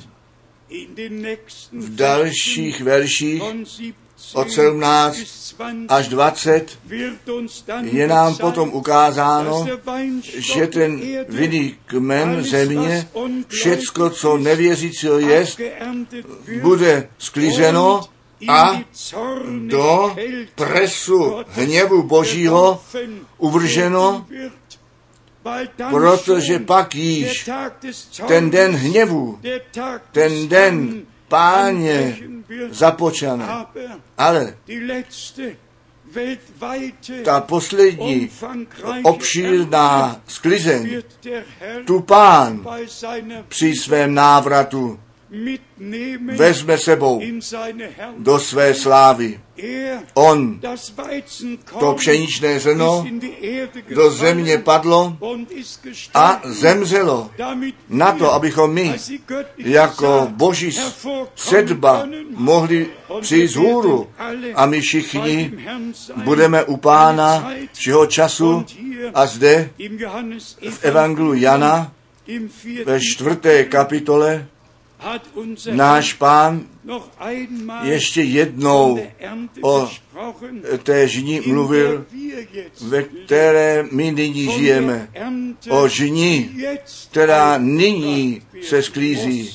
V dalších verších od 17 až 20 je nám potom ukázáno, že ten vinný kmen země, všecko, co nevěřícího jest, bude sklizeno a do presu hněvu Božího uvrženo, protože pak již ten den hněvu, ten den Páně započane. Ale ta poslední obšírná sklizeň, tu Pán při svém návratu vezme sebou do své slávy. On, to pšeničné zrno, do země padlo a zemřelo na to, abychom my jako boží sedba mohli přijít vzhůru a my všichni budeme u Pána všeho času a zde v Evangeliu Jana ve 4. kapitole náš Pán ještě jednou o té žni mluvil, ve které my nyní žijeme. O žni, která nyní se sklízí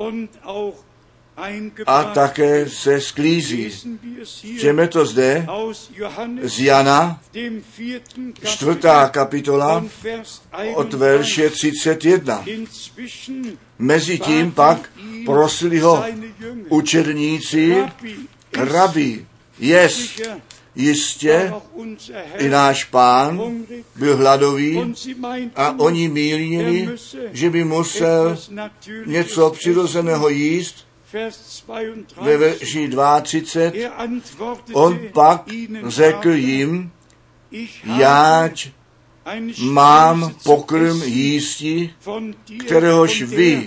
a také se sklízí. Čteme to zde z Jana, 4. kapitola, od verše 31. Mezitím pak prosili ho učedníci, rabi, jest, jistě i náš Pán byl hladový a oni mínili, že by musel něco přirozeného jíst. Ve verši 32 on pak řekl jim, jáť mám pokrm jísti, kteréhož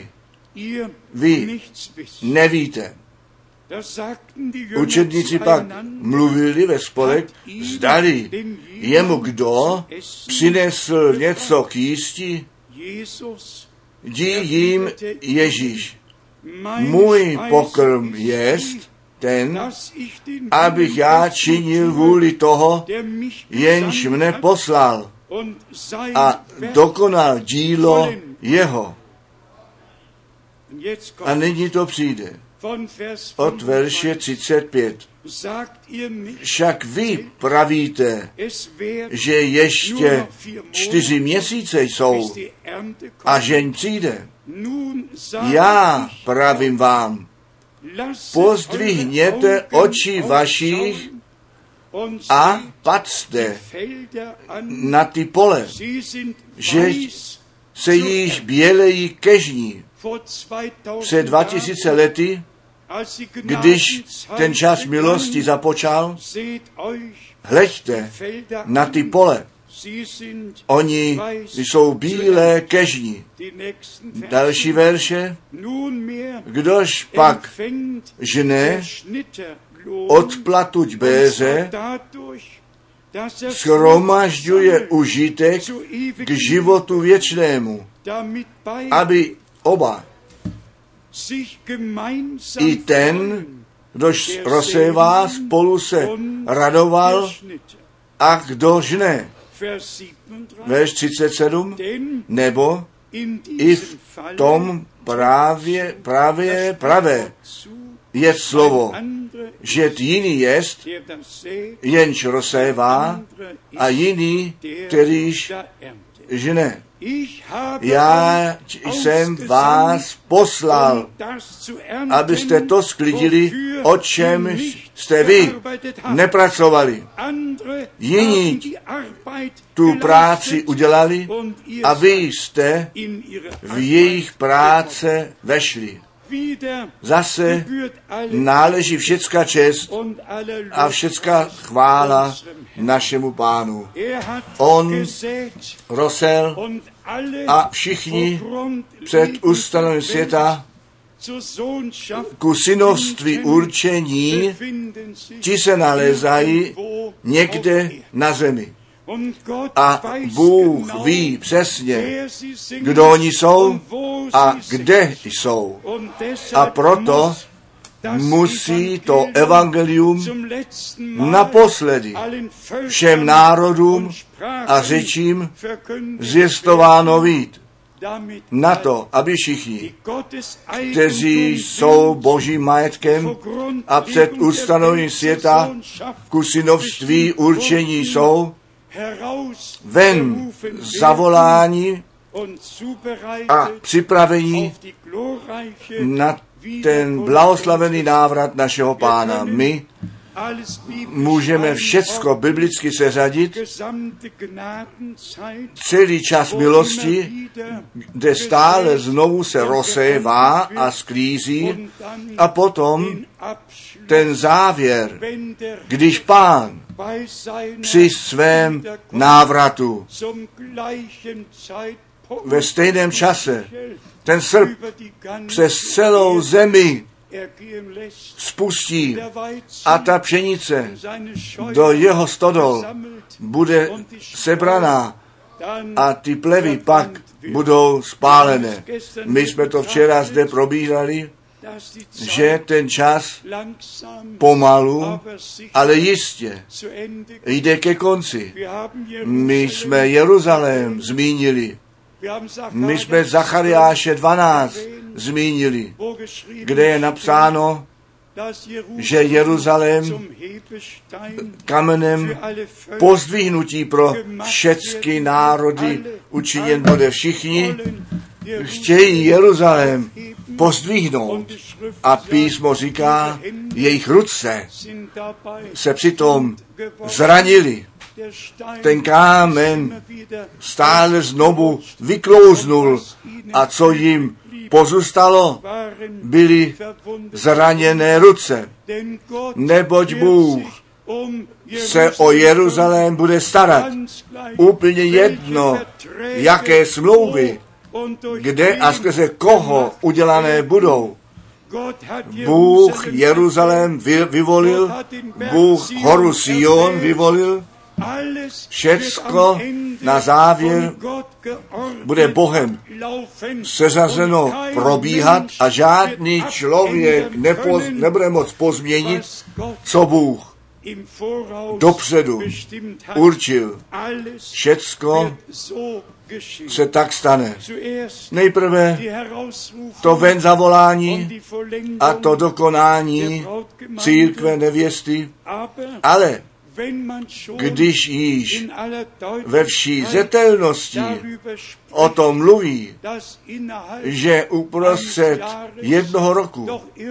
vy nevíte. Učedníci pak mluvili ve spolek, zdali jemu kdo přinesl něco k jísti, dí jim Ježíš. Můj pokrm jest ten, abych já činil vůli toho, jenž mne poslal a dokonal dílo jeho. A nyní to přijde od verše 35. Však vy pravíte, že ještě 4 měsíce jsou a žeň přijde. Já pravím vám, pozdvihněte oči vašich a patřte na ty pole, že se již bělejí kežní. Před 2000 lety, když ten čas milosti započal, hleďte na ty pole. Oni jsou bílé kežní. Další verše. Kdož pak žne odplatuť béře, shromažďuje užitek k životu věčnému, aby oba, i ten, kdož rozsévá, spolu se radoval, a kdo žne. Verš 37, nebo i v tom pravé je slovo, že jiný jest, jenž rozsévá, a jiný, kterýž žne. Já jsem vás poslal, abyste to sklidili, o čem jste vy nepracovali. Jiní tu práci udělali a vy jste v jejich práce vešli. Zase náleží všecká čest a všecká chvála našemu Pánu. On rosel a všichni před ustanovením světa ku synovství určení, ti se nalézají někde na zemi. A Bůh ví přesně, kdo oni jsou a kde jsou. A proto musí to evangelium naposledy všem národům a řečím zvěstováno být. Na to, aby všichni, kteří jsou božím majetkem a před ustanovením světa ku synovství určení jsou, ven zavolání a připravení na ten blahoslavený návrat našeho Pána. My můžeme všecko biblicky seřadit, celý čas milosti, kde stále znovu se rozsévá a sklízí, a potom ten závěr, když Pán při svém návratu ve stejném čase ten srp přes celou zemi spustí a ta pšenice do jeho stodol bude sebraná a ty plevy pak budou spálené. My jsme to včera zde probírali, že ten čas pomalu, ale jistě jde ke konci. My jsme Jeruzalém zmínili. My jsme Zachariáše 12 zmínili, kde je napsáno, že Jeruzalém kamenem pozdvihnutí pro všechny národy učiněn bude. Všichni chtějí Jeruzalém pozdvihnout a písmo říká, jejich ruce se přitom zranili. Ten kámen stále znovu vyklouznul a co jim pozůstalo, byly zraněné ruce. Neboť Bůh se o Jeruzalém bude starat. Úplně jedno, jaké smlouvy, kde a skrze koho udělané budou. Bůh Jeruzalém vyvolil, Bůh horu Sion vyvolil, všecko na závěr bude Bohem seřazeno probíhat a žádný člověk nebude moct pozměnit, co Bůh dopředu určil. Všecko se tak stane. Nejprve to ven zavolání a to dokonání církve nevěsty, ale když již ve vší zetelnosti o tom mluví, že uprostřed jednoho roku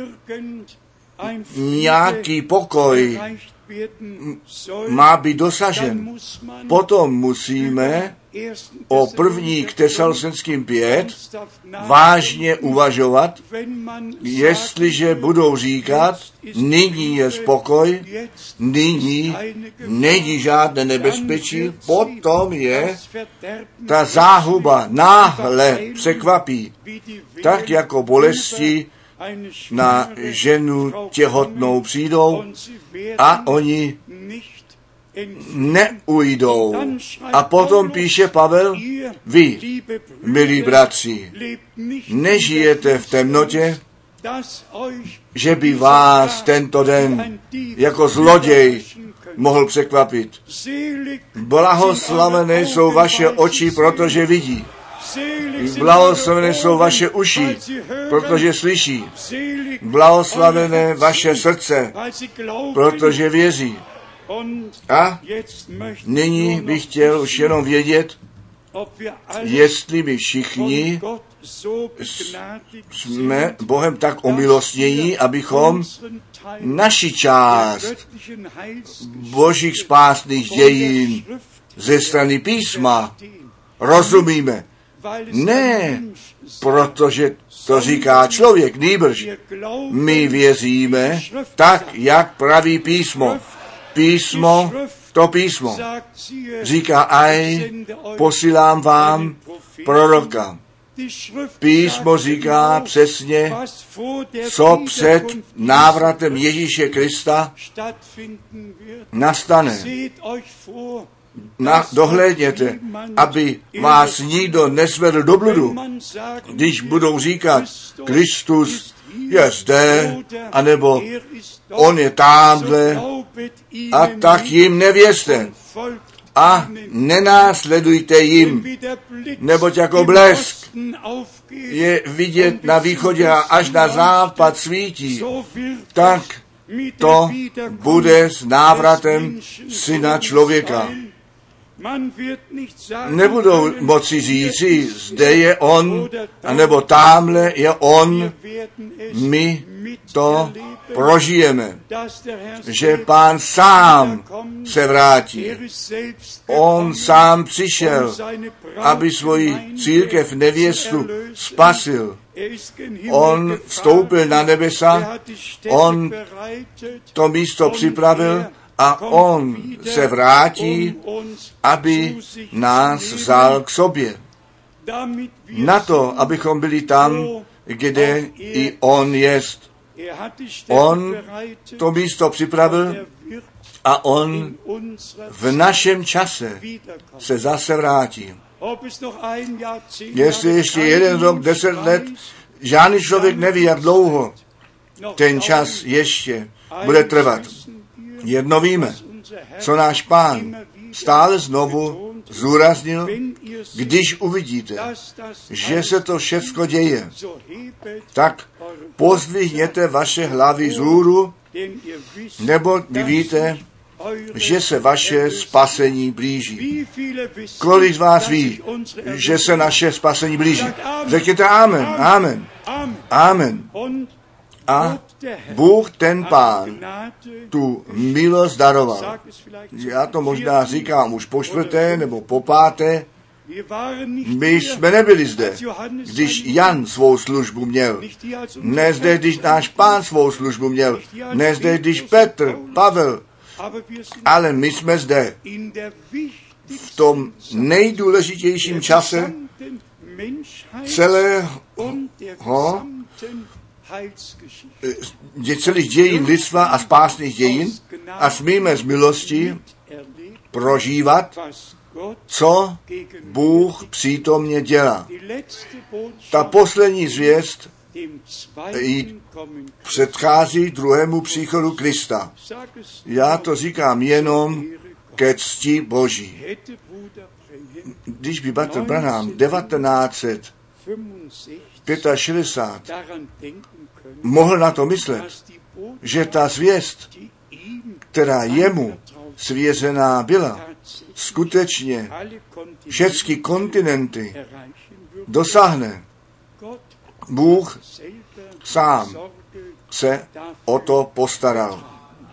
nějaký pokoj má být dosažen, potom musíme o 1. k Tesalonickým 5 vážně uvažovat, jestliže budou říkat, nyní je spokoj, nyní není žádné nebezpečí, potom je ta záhuba náhle překvapí, tak jako bolesti na ženu těhotnou přijdou a oni neujdou. A potom píše Pavel, vy, milí bratři, nežijete v temnotě, že by vás tento den jako zloděj mohl překvapit. Blahoslavené jsou vaše oči, protože vidí. Blahoslavené jsou vaše uši, protože slyší. Blahoslavené vaše srdce, protože věří. A nyní bych chtěl už jenom vědět, jestli my všichni jsme Bohem tak omilostnění, abychom naši část božích spásných dějin ze strany písma rozumíme. Ne, protože to říká člověk, nýbrž my věříme tak, jak praví písmo. Písmo, to písmo říká, aj posílám vám proroka. Písmo říká přesně, co před návratem Ježíše Krista nastane. Dohlédněte, aby vás nikdo nesvedl do bludu, když budou říkat, Kristus je zde, anebo on je tamhle, a tak jim nevěřte a nenásledujte jim, neboť jako blesk je vidět na východě a až na západ svítí, tak to bude s návratem Syna člověka. Nebudou moci říci, zde je on, anebo támhle je on, my to prožijeme, že Pán sám se vrátí. On sám přišel, aby svoji církev nevěstu spasil. On vstoupil na nebesa, on to místo připravil a on se vrátí, aby nás vzal k sobě. Na to, abychom byli tam, kde i on jest. On to místo připravil a on v našem čase se zase vrátí. Jestli ještě 1 rok, 10 let, žádný člověk neví, jak dlouho ten čas ještě bude trvat. Jedno víme, co náš Pán stále znovu zúraznil, když uvidíte, že se to všecko děje, tak pozdvihněte vaše hlavy vzhůru, nebo vy víte, že se vaše spasení blíží. Kolik z vás ví, že se naše spasení blíží? Řekněte amen, amen, amen. A Bůh ten Pán tu milost daroval. Já to možná říkám už po 4. nebo po 5. My jsme nebyli zde, když Jan svou službu měl. Ne zde, když náš Pán svou službu měl. Ne zde, když Petr, Pavel. Ale my jsme zde v tom nejdůležitějším čase celých dějin lidstva a spásných dějin a smíme z milosti prožívat, co Bůh přítomně dělá. Ta poslední zvěst předchází druhému příchodu Krista. Já to říkám jenom ke cti Boží. Když by bratr Branham 1965 mohl na to myslet, že ta zvěst, která jemu svěřená byla, skutečně všechny kontinenty dosáhne. Bůh sám se o to postaral.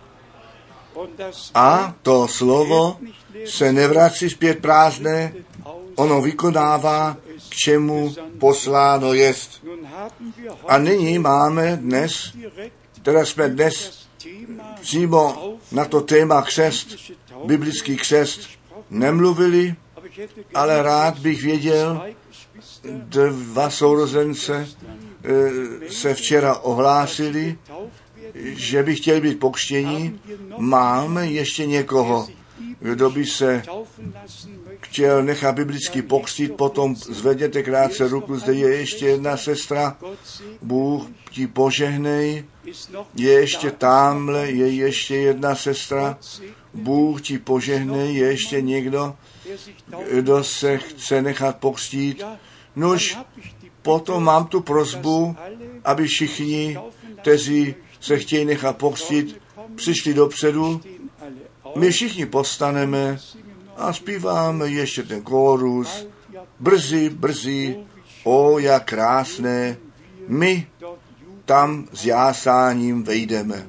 A to slovo se nevrací zpět prázdné, ono vykonává, k čemu posláno jest. A nyní máme dnes, teda jsme dnes přímo na to téma křest, biblický křest, nemluvili, ale rád bych věděl, 2 sourozence se včera ohlásili, že by chtěli být pokřtění. Máme ještě někoho, kdo by se chtěl nechat biblicky pokřtít, potom zvedněte krátce ruku, zde je ještě jedna sestra, Bůh ti požehnej, je ještě tamhle, je ještě jedna sestra, Bůh ti požehnej, je ještě někdo, kdo se chce nechat pokřtít. Nož, potom mám tu prosbu, aby všichni, kteří se chtějí nechat pokřtít, přišli dopředu. My všichni povstaneme a zpíváme ještě ten kórus. Brzy, brzy, o jak krásné, my tam s jásáním vejdeme.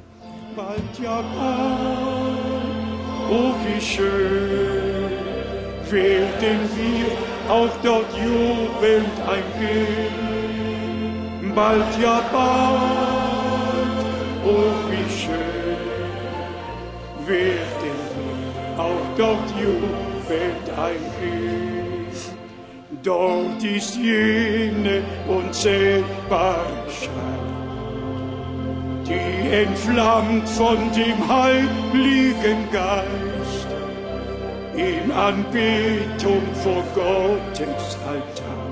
Oh, wie schön, werden wir auch dort jubelnd eingehen. Bald, ja bald, oh, wie schön, werden wir auch dort jubelnd eingehen. Dort ist jene unzählbare Schar, die entflammt von dem Heiligen Geist in Anbetung vor Gottes Altar.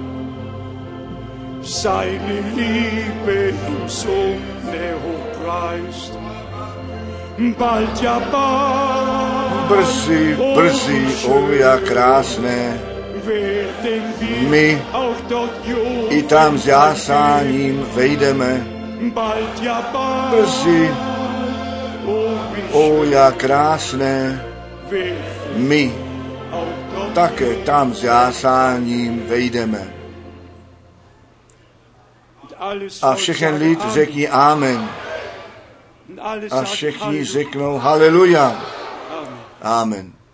Seine Liebe im Sohne hochpreist. Bald, ja bald, Brzy, brzy, o jak krásné, my i tam s jásáním vejdeme. Brzy, o jak krásné, my také tam s jásáním vejdeme. A všechen lid řekni amen. A všichni řeknou haleluja. Amen.